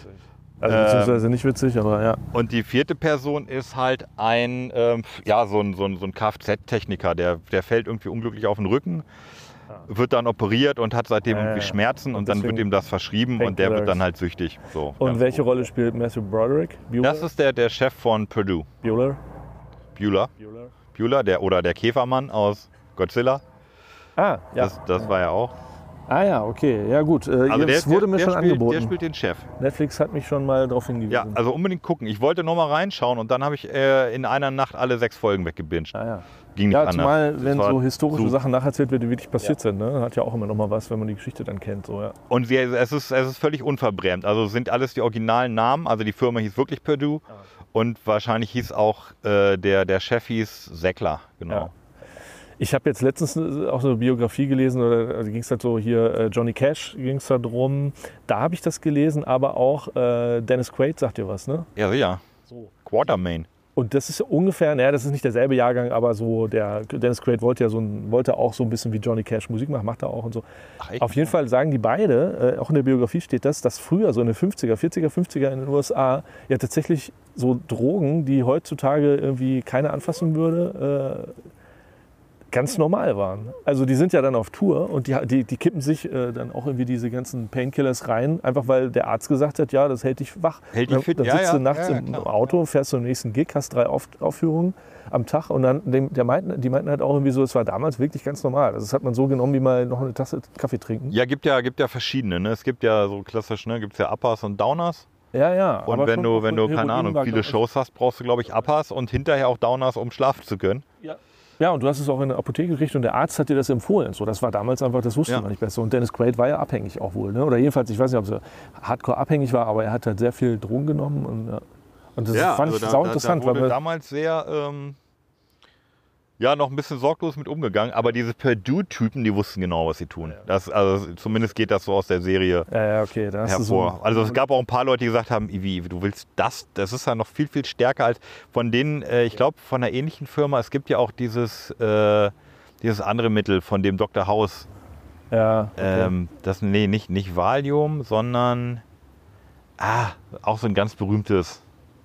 Also beziehungsweise nicht witzig, aber ja. Und die vierte Person ist halt ein, ähm, ja, so ein, so ein, so ein Kfz-Techniker, der, der fällt irgendwie unglücklich auf den Rücken, wird dann operiert und hat seitdem Ja, irgendwie ja. Schmerzen und, Und dann wird deswegen ihm das verschrieben und der wird dann halt süchtig. So, Und ganz welche grob. Rolle spielt Matthew Broderick? Bueller? Das ist der, der Chef von Purdue, Bueller? Bueller, Bueller? Bueller der, oder der Käfermann aus Godzilla, Ah, ja. das, das war ja auch. Ah ja, okay. Ja gut, äh, Also das der, wurde der, mir der schon spielt, angeboten. Der spielt den Chef. Netflix hat mich schon mal darauf hingewiesen. Ja, also unbedingt gucken. Ich wollte noch mal reinschauen und dann habe ich äh, in einer Nacht alle sechs Folgen weggebinged. ah, ja. Ging nicht Ja, anders. zumal, Das wenn war so historische so- Sachen nacherzählt werden, die wirklich passiert sind. Ne? Hat ja auch immer noch mal was, wenn man die Geschichte dann kennt. So, ja. Und sie, es, ist, es ist völlig unverbrämt. Also es sind alles die originalen Namen. Also die Firma hieß wirklich Purdue. Und wahrscheinlich hieß auch äh, der, der Chef hieß Säckler. Genau. Ja. Ich habe jetzt letztens auch so eine Biografie gelesen, oder also ging es halt so hier, äh, Johnny Cash ging es da drum. Da habe ich das gelesen, aber auch äh, Dennis Quaid sagt dir was, ne? Ja, sicher. So. Quatermain. Und das ist ungefähr, naja, das ist nicht derselbe Jahrgang, aber so der Dennis Quaid wollte ja so ein, wollte auch so ein bisschen wie Johnny Cash Musik machen, macht er auch und so. Ach, echt? Auf jeden Fall sagen die beide, äh, auch in der Biografie steht das, dass früher so in den fünfziger, vierziger, fünfziger in den U S A ja tatsächlich so Drogen, die heutzutage irgendwie keiner anfassen würde, äh, ganz normal waren. Also die sind ja dann auf Tour und die, die, die kippen sich äh, dann auch irgendwie diese ganzen Painkillers rein, einfach weil der Arzt gesagt hat, ja, das hält dich wach. Hält dich fit, dann ja, sitzt ja, du nachts ja, ja, im klar. Auto, fährst zum nächsten Gig, hast drei auf, Aufführungen am Tag und dann, dem, der meinten, die meinten halt auch irgendwie so, es war damals wirklich ganz normal. Also das hat man so genommen, wie mal noch eine Tasse Kaffee trinken. Ja, gibt ja, gibt ja verschiedene. Ne? Es gibt ja so klassisch, ne, gibt es ja Uppers und Downers. Ja, ja. Und aber wenn schon du, auch wenn du, Heroin keine Ahnung, war, viele glaub ich. Shows hast, brauchst du, glaube ich, Uppers und hinterher auch Downers, um schlafen zu können. Ja. Ja, und du hast es auch in der Apotheke gekriegt und der Arzt hat dir das empfohlen. So, das war damals einfach, das wusste Ja. man nicht besser. Und Dennis Quaid war ja abhängig auch wohl. Ne? Oder jedenfalls, ich weiß nicht, ob er hardcore abhängig war, aber er hat halt sehr viel Drogen genommen. Und, ja. und das fand ich sau interessant. Da wurde weil wir, damals sehr, ähm, ja, noch ein bisschen sorglos mit umgegangen. Aber diese Purdue-Typen, die wussten genau, was sie tun. Das, also zumindest geht das so aus der Serie ja, ja, okay, da hast du hervor. so, Also es gab auch ein paar Leute, die gesagt haben, wie, du willst das? Das ist ja noch viel, viel stärker als von denen, äh, ich glaube, von einer ähnlichen Firma. Es gibt ja auch dieses, äh, dieses andere Mittel von dem Doktor House. ja, okay. Ähm, das, nee, nicht, nicht Valium, sondern ah, auch so ein ganz berühmtes.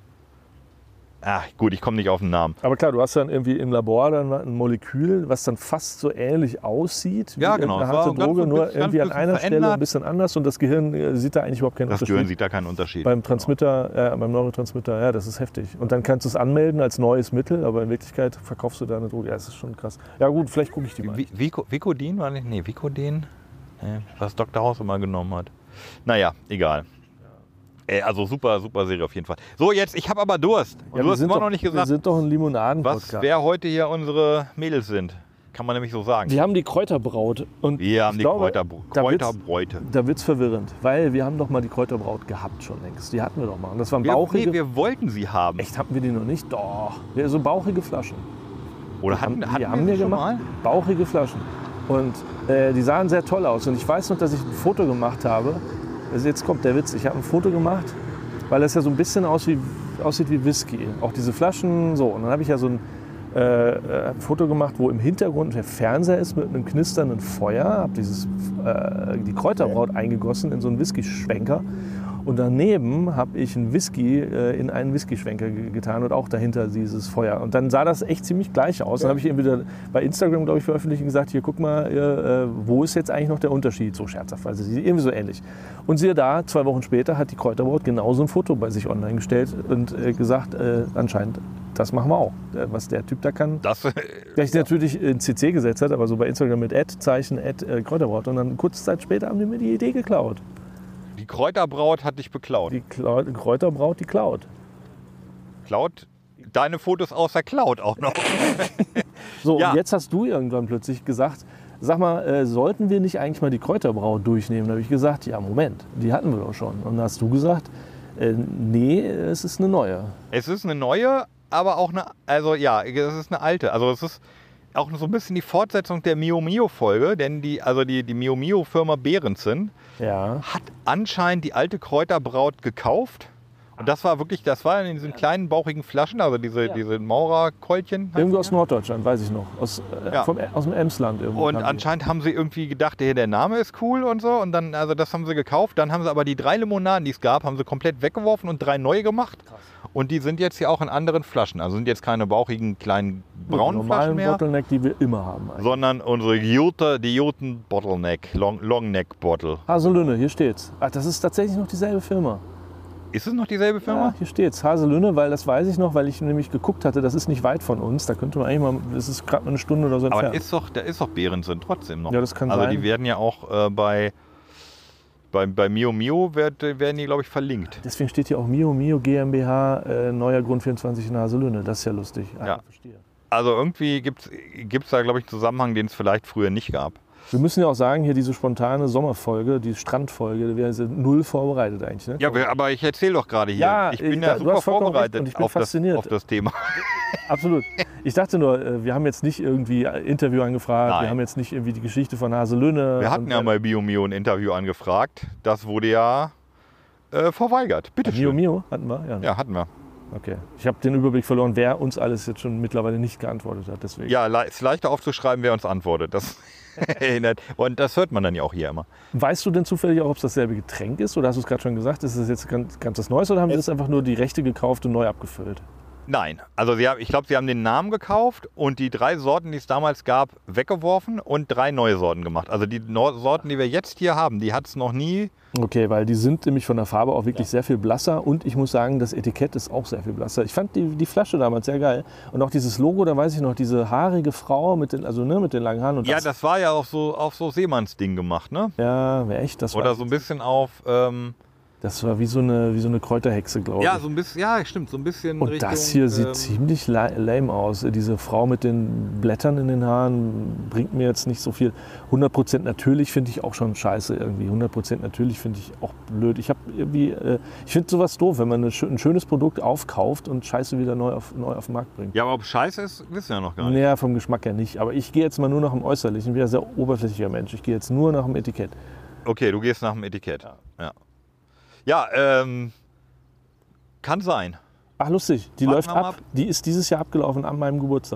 Ah, gut, ich komme nicht auf den Namen. Aber klar, du hast dann irgendwie im Labor dann ein Molekül, was dann fast so ähnlich aussieht wie Ja, genau. eine Es war harte ganz Droge, ein nur bisschen- irgendwie ganz an einer bisschen Stelle ein verändert. bisschen anders und das Gehirn äh, sieht da eigentlich überhaupt keinen Das Unterschied. Gehirn sieht da keinen Unterschied. Beim Transmitter, äh, beim Neurotransmitter, ja, das ist heftig. Und dann kannst du es anmelden als neues Mittel, aber in Wirklichkeit verkaufst du da eine Droge. Ja, das ist schon krass. Ja gut, vielleicht gucke ich die mal. Vi- Vico, Vicodin war nicht? Nee, Vicodin, äh, was Doktor House immer genommen hat. Naja, egal. Äh, also super, super Serie auf jeden Fall. So, jetzt, ich habe aber Durst. Und Ja, du wir hast sind immer doch, noch nicht Wir gesagt, sind doch ein Limonaden-Podcast. was, wer heute hier unsere Mädels sind. Kann man nämlich so sagen. Wir haben die Kräuterbraut. Und Wir haben ich die glaube, Kräuterbr- da wird's- Kräuterbräute. Da wird es verwirrend, weil wir haben doch mal die Kräuterbraut gehabt schon längst. Die hatten wir doch mal. Und das waren Wir, bauchige... nee, wir wollten sie haben. Echt, hatten wir die noch nicht? Doch. Ja, so bauchige Flaschen. Oder hatten, die hatten haben wir wir sie schon gemacht. mal? Bauchige Flaschen. Und äh, die sahen sehr toll aus. Und ich weiß noch, dass ich ein Foto gemacht habe. Also jetzt kommt der Witz. Ich habe ein Foto gemacht, weil das ja so ein bisschen aus wie, aussieht wie Whisky. Auch diese Flaschen so. Und dann habe ich ja so ein äh, äh, Foto gemacht, wo im Hintergrund der Fernseher ist mit einem knisternden Feuer. Habe dieses äh, die Kräuterbraut eingegossen in so einen Whisky-Schwenker. Und daneben habe ich einen Whisky äh, in einen Whisky-Schwenker ge- getan und auch dahinter dieses Feuer. Und dann sah das echt ziemlich gleich aus. Dann habe ich eben wieder bei Instagram, glaube ich, veröffentlicht und gesagt, hier guck mal, äh, wo ist jetzt eigentlich noch der Unterschied? So scherzhaft, also sie- irgendwie so ähnlich. Und siehe da, zwei Wochen später hat die Kräuterbraut genauso ein Foto bei sich online gestellt und äh, gesagt, äh, anscheinend, das machen wir auch. Äh, was der Typ da kann. Das, äh, Der sich natürlich in C C gesetzt hat, aber so bei Instagram mit Ad, Zeichen, Ad, äh, Kräuterbraut. Und dann kurze Zeit später haben die mir die Idee geklaut. die Kräuterbraut hat dich beklaut. Die Kla Kräuterbraut, die klaut. Klaut deine Fotos aus der Cloud auch noch. So, Ja. und jetzt hast du irgendwann plötzlich gesagt, sag mal, äh, sollten wir nicht eigentlich mal die Kräuterbraut durchnehmen? Da habe ich gesagt, ja, Moment, die hatten wir doch schon. Und dann hast du gesagt, äh, nee, es ist eine neue. Es ist eine neue, aber auch eine, also ja, es ist eine alte. Also es ist auch so ein bisschen die Fortsetzung der Mio Mio Folge, denn die, also die, die Mio Mio Firma Behrensen Ja. hat anscheinend die alte Kräuterbraut gekauft. Und das war wirklich, das war in diesen kleinen bauchigen Flaschen, also diese, Ja. diese Maurerkeulchen. Irgendwo aus Norddeutschland, weiß ich noch. Aus, äh, Ja. vom, aus dem Emsland irgendwo. Und kamen die. anscheinend haben sie irgendwie gedacht, hey, der Name ist cool und so. Und dann, also das haben sie gekauft. Dann haben sie aber die drei Limonaden, die es gab, haben sie komplett weggeworfen und drei neue gemacht. Und die sind jetzt hier auch in anderen Flaschen. Also sind jetzt keine bauchigen kleinen braunen Die Flaschen normalen mehr, Bottleneck, die wir immer haben. Eigentlich. sondern unsere Jute, die Juten Bottleneck, Long, Long Neck Bottle. Haselünne, hier steht's. Ach, das ist tatsächlich noch dieselbe Firma. Ist es noch dieselbe Firma? Ja, hier steht's. Haselünne, weil das weiß ich noch, weil ich nämlich geguckt hatte, das ist nicht weit von uns. Da könnte man eigentlich mal, das ist gerade mal eine Stunde oder so Aber entfernt. ist doch, da ist doch Behrensen trotzdem noch. Ja, das kann also sein. die werden ja auch äh, bei, bei, bei Mio Mio wird, werden die, glaube ich, verlinkt. Deswegen steht hier auch Mio Mio GmbH, äh, neuer Grund vierundzwanzig in Haselünne. Das ist ja lustig. Ah, Ja. verstehe. Also irgendwie gibt es da, glaube ich, einen Zusammenhang, den es vielleicht früher nicht gab. Wir müssen ja auch sagen, hier diese spontane Sommerfolge, die Strandfolge, wir sind null vorbereitet eigentlich. Ne? Ja, aber ich erzähle doch gerade hier. Ja, ich bin ich- ja du super hast vollkommen recht vorbereitet und ich bin auf, das, fasziniert. auf das Thema. Absolut. Ich dachte nur, äh, wir haben jetzt nicht irgendwie ein Interview angefragt, Nein. wir haben jetzt nicht irgendwie die Geschichte von Haselünne. Wir hatten und, ja äh, mal Bio Mio ein Interview angefragt. Das wurde ja äh, verweigert. Bitte Mio schön. Mio hatten wir, ja. Ja, hatten wir. Okay. Ich habe den Überblick verloren, wer uns alles jetzt schon mittlerweile nicht geantwortet hat. Deswegen. Ja, le- ist leichter aufzuschreiben, wer uns antwortet. Das erinnert. Und das hört man dann ja auch hier immer. Weißt du denn zufällig auch, ob es dasselbe Getränk ist? Oder hast du es gerade schon gesagt? Ist es jetzt ganz, ganz was Neues oder haben sie jetzt einfach nur die Rechte gekauft und neu abgefüllt? Nein, also sie haben, ich glaube, sie haben den Namen gekauft und die drei Sorten, die es damals gab, weggeworfen und drei neue Sorten gemacht. Also die no- Sorten, die wir jetzt hier haben, die hat es noch nie. Okay, weil die sind nämlich von der Farbe auch wirklich ja. sehr viel blasser und ich muss sagen, das Etikett ist auch sehr viel blasser. Ich fand die, die Flasche damals sehr geil und auch dieses Logo, da weiß ich noch, diese haarige Frau mit den, also, ne, mit den langen Haaren. Und ja, das, das war ja auch so auf so Seemannsding gemacht, ne? Ja, echt. Das Oder war, so ein bisschen auf... Ähm, das war wie so eine, wie so eine Kräuterhexe, glaube ja, ich. so ein bisschen, ja, stimmt, so ein bisschen Und Richtung, das hier sieht ähm, ziemlich la- lame aus. Diese Frau mit den Blättern in den Haaren bringt mir jetzt nicht so viel. hundert Prozent natürlich finde ich auch schon scheiße irgendwie. hundert Prozent natürlich finde ich auch blöd. Ich habe irgendwie, äh, ich finde sowas doof, wenn man eine, ein schönes Produkt aufkauft und Scheiße wieder neu auf, neu auf den Markt bringt. Ja, aber ob scheiße ist, wissen wir ja noch gar nicht. Naja, vom Geschmack her nicht. Aber ich gehe jetzt mal nur nach dem Äußerlichen. Ich bin ja sehr oberflächlicher Mensch. Ich gehe jetzt nur nach dem Etikett. Okay, du gehst nach dem Etikett. Ja, ja. Ja, ähm, kann sein. Ach, lustig. Die Warten läuft wir mal ab. ab. Die ist dieses Jahr abgelaufen an meinem Geburtstag.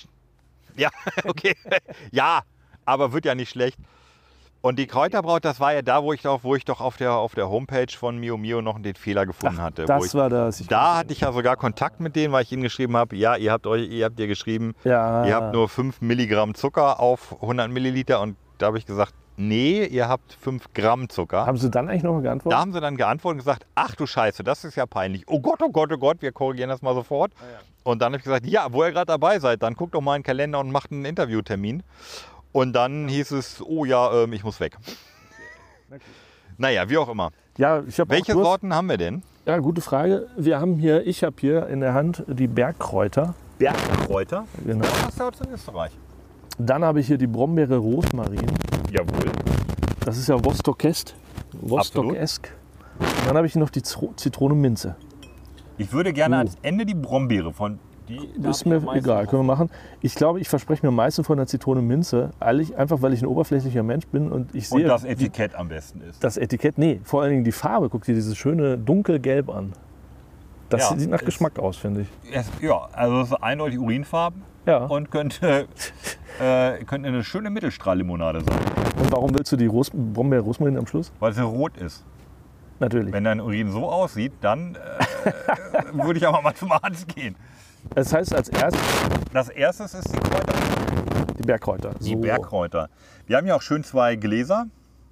Ja, okay. Ja, aber wird ja nicht schlecht. Und die Kräuterbraut, das war ja da, wo ich doch, wo ich doch auf der, auf der Homepage von Mio Mio noch den Fehler gefunden Ach, hatte. das wo ich, war das. Ich da hatte ich ja sogar Kontakt mit denen, weil ich ihnen geschrieben habe, ja, ihr habt euch, ihr habt ihr geschrieben, Ja. ihr habt nur fünf Milligramm Zucker auf hundert Milliliter und da habe ich gesagt, nee, ihr habt fünf Gramm Zucker. Haben Sie dann eigentlich noch mal geantwortet? Da haben sie dann geantwortet und gesagt, ach du Scheiße, das ist ja peinlich. Oh Gott, oh Gott, oh Gott, wir korrigieren das mal sofort. Ah, ja. Und dann habe ich gesagt, ja, wo ihr gerade dabei seid, dann guckt doch mal in den Kalender und macht einen Interviewtermin. Und dann hieß es, oh ja, ähm, ich muss weg. Okay. Naja, wie auch immer. Ja, ich habe Welche Sorten haben wir denn? Ja, gute Frage. Wir haben hier, ich habe hier in der Hand die Bergkräuter. Bergkräuter. Genau. Was hast du aus Österreich? Dann habe ich hier die Brombeere Rosmarin. Jawohl. Das ist ja Vostokest. Vostokesk. Und dann habe ich hier noch die Zro- Zitrone Minze. Ich würde gerne Uh. ans Ende die Brombeere von... Die Das ist mir egal, können wir machen. Ich glaube, ich verspreche mir am meisten von der Zitrone Minze, eigentlich einfach weil ich ein oberflächlicher Mensch bin und ich sehe Und das die- Etikett am besten ist. das Etikett, nee, vor allen Dingen die Farbe. Guck dir dieses schöne dunkelgelb an. Das Ja, sieht nach ist- Geschmack aus, finde ich. Es, ja, also es ist eindeutig Urinfarben Ja. und könnte, äh, könnte eine schöne Mittelstrahllimonade sein, Und warum willst du die Ros- Brombeere Rosmarin am Schluss? weil sie rot ist. Natürlich. Wenn dein Urin so aussieht, dann äh, würde ich aber mal zum Arzt gehen. Das heißt, als erstes Das erste ist die Kräuter. die Bergkräuter. Die So. Bergkräuter. Wir haben ja auch schön zwei Gläser.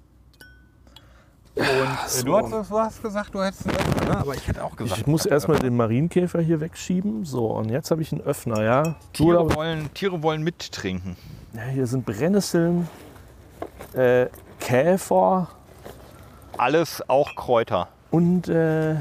Und äh, du, hast, du hast gesagt, du hättest einen Öffner, ne? Aber ich hätte auch gesagt. Ich muss erstmal den Marienkäfer hier wegschieben. So, und jetzt habe ich einen Öffner, ja. Du, Tiere aber- wollen, Tiere wollen mittrinken. ja, hier sind Brennnesseln, äh, Käfer Alles auch Kräuter. und äh,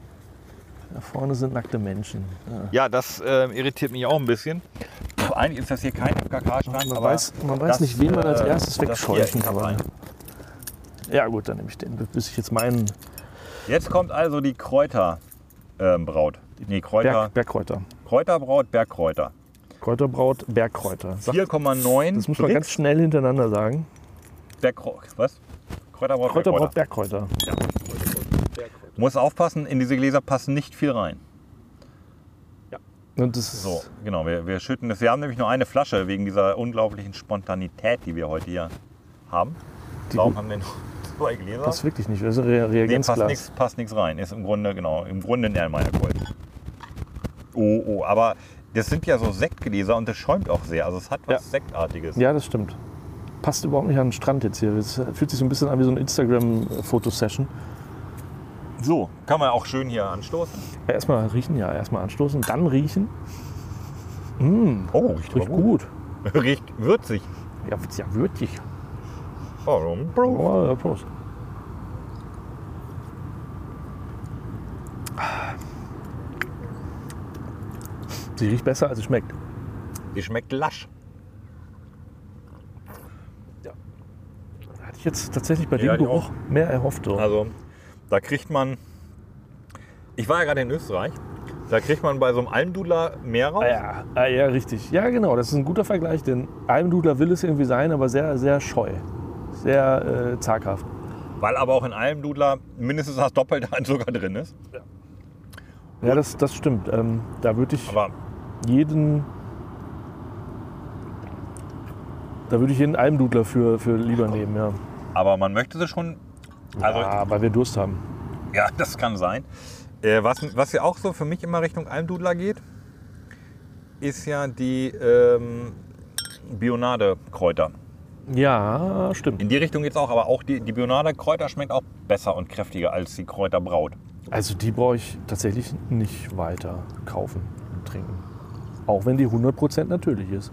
da vorne sind nackte Menschen. Ja. Ja, das äh, irritiert mich auch ein bisschen. Puh, eigentlich ist das hier kein F K K-Stand. Man aber weiß, man weiß das, nicht, wen man als äh, erstes das wegscheuchen hier kann. ist rein. Ja gut, dann nehme ich den, bis ich jetzt meinen Jetzt kommt also die Kräuterbraut. Ähm, Braut. nee, Kräuter, Berg, Bergkräuter. Kräuterbraut, Bergkräuter. Kräuterbraut, Bergkräuter. Sag, vier Komma neun. das muss man ganz schnell hintereinander sagen. Bergkräuter. Was? Kräuterbraut, Kräuterbraut, Bergkräuter. Bergkräuter. Muss aufpassen, in diese Gläser passen nicht viel rein. Und das ist, So, genau, wir, wir schütten das. Wir haben nämlich nur eine Flasche wegen dieser unglaublichen Spontanität, die wir heute hier haben. Die- Darum haben wir nur zwei Gläser. passt wirklich nicht. Das ist ein Re Nee, passt Reagenzglas. nichts passt nix rein. Ist im Grunde, genau, im Grunde ein Erlenmeyer-Gold. Oh, oh, aber das sind ja so Sektgläser und das schäumt auch sehr. Also es hat was Ja. Sektartiges. Ja, das stimmt. Passt überhaupt nicht an den Strand jetzt hier. Es fühlt sich so ein bisschen an wie so eine Instagram-Fotosession. So, kann man auch schön hier anstoßen. Ja, erstmal riechen, ja, erstmal anstoßen, dann riechen. Mmh, Oh, riecht riecht aber gut. Riecht würzig. Ja, ja, würzig. Warum? Oh, ja, Prost. Sie riecht besser, als sie schmeckt. Die schmeckt lasch. Hatte ich jetzt tatsächlich bei Ja, dem die Geruch mehr erhofft. So. Also, da kriegt man. Ich war ja gerade in Österreich. Da kriegt man bei so einem Almdudler mehr raus. Ah ja, ah, ja, richtig. Ja, genau, das ist ein guter Vergleich, denn Almdudler will es irgendwie sein, aber sehr, sehr scheu. Sehr äh, zaghaft. Weil aber auch in Almdudler mindestens das Doppelte an Zucker drin ist. Ja. Ja, das, das stimmt. Ähm, da würde ich Aber jeden, da würde ich jeden Almdudler für, für lieber nehmen, ja. Aber man möchte sie schon. Also, ja, ja, weil wir Durst haben. ja, das kann sein. Äh, was, was ja auch so für mich immer Richtung Almdudler geht, ist ja die ähm, Bionade-Kräuter. Ja, stimmt. In die Richtung geht es auch, aber auch die, die Bionade-Kräuter schmeckt auch besser und kräftiger als die Kräuterbraut. Also die brauche ich tatsächlich nicht weiter kaufen und trinken. Auch wenn die hundert Prozent natürlich ist.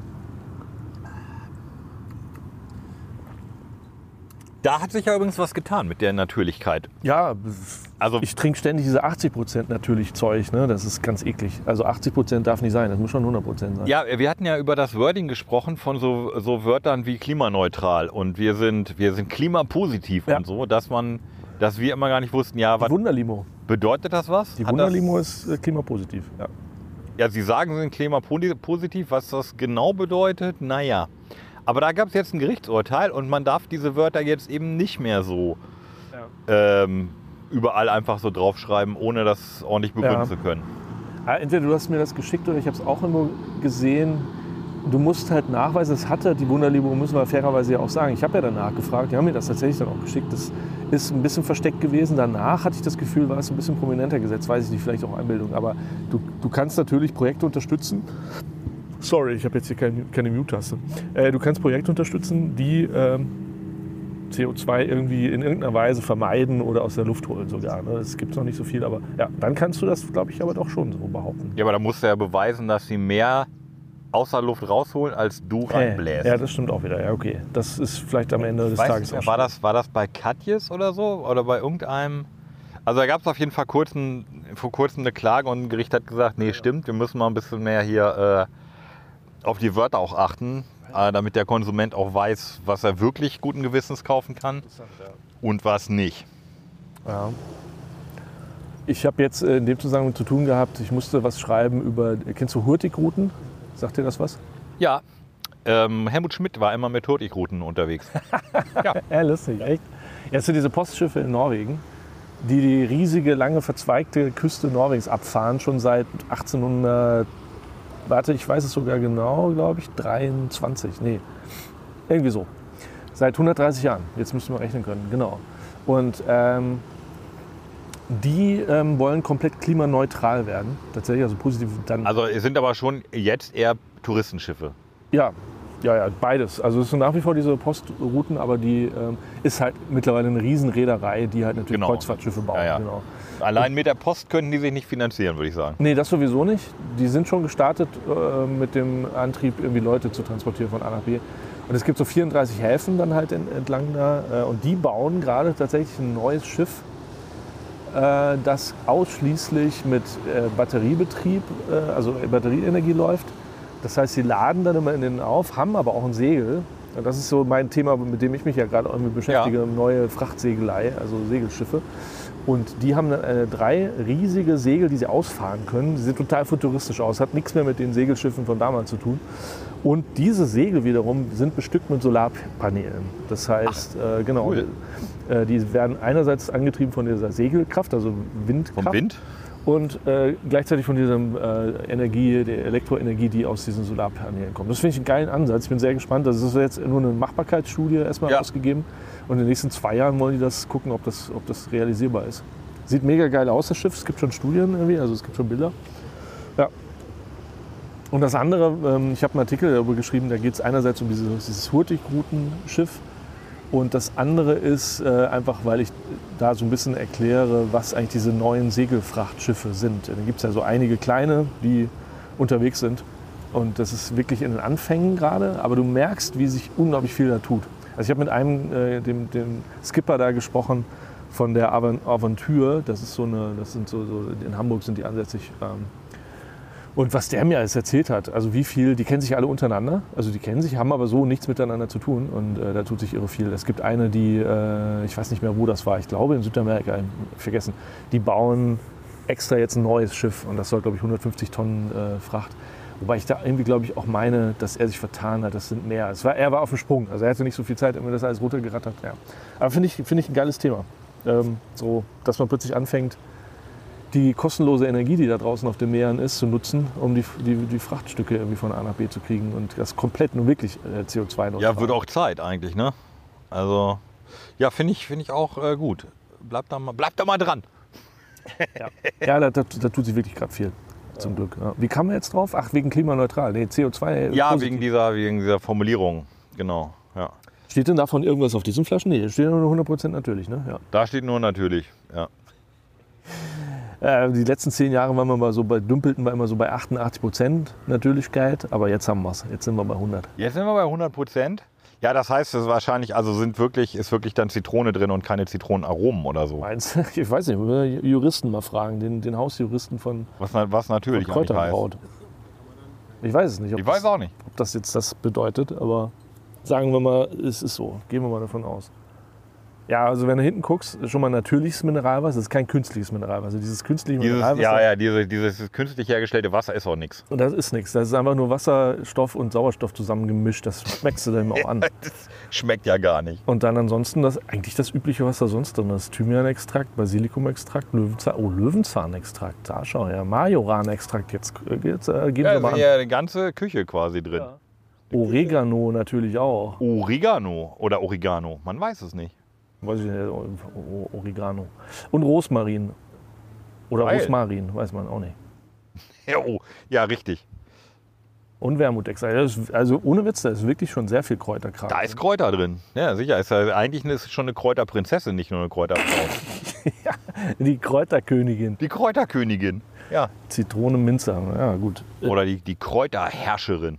Da hat sich ja übrigens was getan mit der Natürlichkeit. Ja, Also ich trinke ständig diese achtzig Prozent natürlich Zeug, ne? Das ist ganz eklig. Also achtzig Prozent darf nicht sein, das muss schon hundert Prozent sein. ja, wir hatten ja über das Wording gesprochen von so, so Wörtern wie klimaneutral und wir sind, wir sind klimapositiv Ja. und so, dass man, dass wir immer gar nicht wussten, ja, Die was Wunderlimo. bedeutet das was? Die Hat Wunderlimo ist äh, klimapositiv. Ja. Das, ja, Sie sagen, sie sind klimapositiv, was das genau bedeutet, naja. Aber da gab es jetzt ein Gerichtsurteil und man darf diese Wörter jetzt eben nicht mehr so Ja. ähm, überall einfach so draufschreiben, ohne das ordentlich begründen Ja. zu können. Ah, entweder du hast mir das geschickt oder ich habe es auch irgendwo gesehen. Du musst halt nachweisen, das hatte die Wunderlimo, müssen wir fairerweise ja auch sagen. Ich habe ja danach gefragt, die haben mir das tatsächlich dann auch geschickt. Das ist ein bisschen versteckt gewesen. Danach hatte ich das Gefühl, war es ein bisschen prominenter gesetzt, weiß ich nicht, vielleicht auch Einbildung. Aber du, du kannst natürlich Projekte unterstützen. Sorry, ich habe jetzt hier keine, keine Mute-Taste. Äh, du kannst Projekte unterstützen, die ähm, C O zwei irgendwie in irgendeiner Weise vermeiden oder aus der Luft holen sogar. Ne? Es gibt noch nicht so viel, aber ja, dann kannst du das, glaube ich, aber doch schon so behaupten. Ja, aber da musst du ja beweisen, dass sie mehr aus der Luft rausholen, als du reinbläst. Ja, das stimmt auch wieder. Ja, okay. Das ist vielleicht am Ende des Weiß Tages nicht, auch war, das, war das bei Katjes oder so? Oder bei irgendeinem? Also da gab es auf jeden Fall kurzen, vor kurzem eine Klage und ein Gericht hat gesagt, nee, stimmt, wir müssen mal ein bisschen mehr hier äh, auf die Wörter auch achten, äh, damit der Konsument auch weiß, was er wirklich guten Gewissens kaufen kann und was nicht. Ja. Ich habe jetzt in dem Zusammenhang zu tun gehabt, ich musste was schreiben über, kennst du Hurtigruten? Sagt dir das was? Ja, ähm, Helmut Schmidt war immer mit Hurtigruten unterwegs. Ja, lustig, echt. Jetzt sind diese Postschiffe in Norwegen, die die riesige, lange, verzweigte Küste Norwegens abfahren, schon seit achtzehnhundert, warte, ich weiß es sogar genau, glaube ich, dreiundzwanzig, nee, irgendwie so. Seit hundertdreißig Jahren, jetzt müssen wir rechnen können, genau. Und ähm, die ähm, wollen komplett klimaneutral werden, tatsächlich, also positiv dann. Also es sind aber schon jetzt eher Touristenschiffe. Ja, ja, ja, beides. Also es sind nach wie vor diese Postrouten, aber die ähm, ist halt mittlerweile eine Riesenreederei, die halt natürlich Genau. Kreuzfahrtschiffe baut. Ja, ja. Genau. Allein mit der Post könnten die sich nicht finanzieren, würde ich sagen. Nee, das sowieso nicht. Die sind schon gestartet äh, mit dem Antrieb, irgendwie Leute zu transportieren von A nach B. Und es gibt so vierunddreißig Häfen dann halt in, entlang da. Äh, und die bauen gerade tatsächlich ein neues Schiff, äh, das ausschließlich mit äh, Batteriebetrieb, äh, also Batterieenergie läuft. Das heißt, sie laden dann immer in den auf, haben aber auch ein Segel. Und das ist so mein Thema, mit dem ich mich ja gerade irgendwie beschäftige, Ja. neue Frachtsegelei, also Segelschiffe. Und die haben dann äh, drei riesige Segel, die sie ausfahren können. Die sehen total futuristisch aus, hat nichts mehr mit den Segelschiffen von damals zu tun. Und diese Segel wiederum sind bestückt mit Solarpanelen. Das heißt, äh, genau, cool. äh, die werden einerseits angetrieben von dieser Segelkraft, also Windkraft. Vom Wind? Und äh, gleichzeitig von dieser äh, Energie, der Elektroenergie, die aus diesen Solarpanelen kommt. Das finde ich einen geilen Ansatz. Ich bin sehr gespannt. Das ist jetzt nur eine Machbarkeitsstudie erstmal Ja. ausgegeben. Und in den nächsten zwei Jahren wollen die das gucken, ob das, ob das realisierbar ist. Sieht mega geil aus, das Schiff. Es gibt schon Studien irgendwie, also es gibt schon Bilder. Ja. Und das andere, ähm, ich habe einen Artikel darüber geschrieben, da geht es einerseits um dieses, dieses Hurtigruten-Schiff. Und das andere ist äh, einfach, weil ich da so ein bisschen erkläre, was eigentlich diese neuen Segelfrachtschiffe sind. Da gibt es ja so einige kleine, die unterwegs sind. Und das ist wirklich in den Anfängen gerade. Aber du merkst, wie sich unglaublich viel da tut. Also ich habe mit einem, äh, dem, dem Skipper da gesprochen von der Aventure. Das ist so eine, das sind so, so in Hamburg sind die ansässig. Ähm, Und was der mir alles erzählt hat, also wie viel, die kennen sich alle untereinander, also die kennen sich, haben aber so nichts miteinander zu tun und äh, da tut sich irre viel. Es gibt eine, die, äh, ich weiß nicht mehr, wo das war, ich glaube in Südamerika, vergessen, die bauen extra jetzt ein neues Schiff und das soll, glaube ich, hundertfünfzig Tonnen äh, Fracht. Wobei ich da irgendwie, glaube ich, auch meine, dass er sich vertan hat, das sind mehr. Es war, er war auf dem Sprung, also er hatte nicht so viel Zeit, wenn das alles runtergerattert hat. Ja. Aber finde ich, find ich ein geiles Thema, ähm, so, dass man plötzlich anfängt, die kostenlose Energie, die da draußen auf den Meeren ist, zu nutzen, um die, die, die Frachtstücke irgendwie von A nach B zu kriegen und das komplett nur wirklich äh, C O zwei neutral. Ja, wird auch Zeit eigentlich, ne? Also, ja, finde ich, find ich auch äh, gut. Bleibt da mal, bleibt da mal dran. Ja, ja da, da, da tut sich wirklich gerade viel. Zum ja. Glück. Ja. Wie kam man jetzt drauf? Ach, wegen klimaneutral. Nee, C O zwei. Ja, positiv. wegen dieser, wegen dieser Formulierung. Genau. Ja. Steht denn davon irgendwas auf diesen Flaschen? Nee, steht ja nur hundert Prozent natürlich. Ne? Ja. Da steht nur natürlich. Ja. Äh, die letzten zehn Jahre waren wir mal so bei, dümpelten wir immer so bei achtundachtzig Prozent Natürlichkeit. Aber jetzt haben wir es. Jetzt sind wir bei hundert. Jetzt sind wir bei hundert Prozent. Ja, das heißt, es ist wahrscheinlich, also sind wirklich, ist wirklich dann Zitrone drin und keine Zitronenaromen oder so. Meinst du? Ich weiß nicht, wir Juristen mal fragen, den, den Hausjuristen von, Was, was natürlich von Kräuterbraut. Ich weiß es nicht, ob, Ich weiß das, auch nicht. ob das jetzt das bedeutet, aber sagen wir mal, es ist so. Gehen wir mal davon aus. Ja, also wenn du hinten guckst, schon mal natürliches Mineralwasser, das ist kein künstliches Mineralwasser. Dieses künstliche Dieses, Mineralwasser, ja, ja, diese, dieses künstlich hergestellte Wasser ist auch nichts. und das ist nichts. Das ist einfach nur Wasserstoff und Sauerstoff zusammengemischt. Das schmeckst du dann auch an. Das schmeckt ja gar nicht. Und dann ansonsten das, eigentlich das übliche, was da sonst drin ist. Thymianextrakt, Basilikumextrakt, Löwenzahn, oh, Löwenzahnextrakt. Da schau, ja, Majoranextrakt. Jetzt, jetzt äh, geben Ja, wir mal ist an. ja eine ganze Küche quasi drin. Ja. Oregano natürlich auch. Oregano oder Oregano, man weiß es nicht. Weiß ich nicht, O- O- Oregano. Und Rosmarin. Oder Geil. Rosmarin, weiß man auch nicht. Ja, oh, ja, richtig. Und Wermutextrakt. Das ist- Also ohne Witz, da ist wirklich schon sehr viel Kräuterkram. Da ist Kräuter drin. Ja, sicher. Ist ja, eigentlich ist es schon eine Kräuterprinzessin, nicht nur eine Kräuterfrau. Die Kräuterkönigin. Die Kräuterkönigin. Ja. Zitrone, Minze. Ja, gut. Oder die, die Kräuterherrscherin.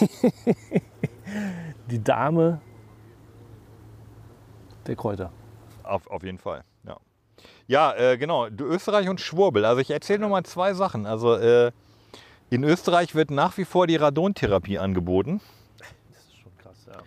Die Dame der Kräuter. Auf, auf jeden Fall, ja. Ja, äh, genau. Du, Österreich und Schwurbel. Also ich erzähle nur mal zwei Sachen. Also äh, in Österreich wird nach wie vor die Radontherapie angeboten. Das ist schon krass, ja.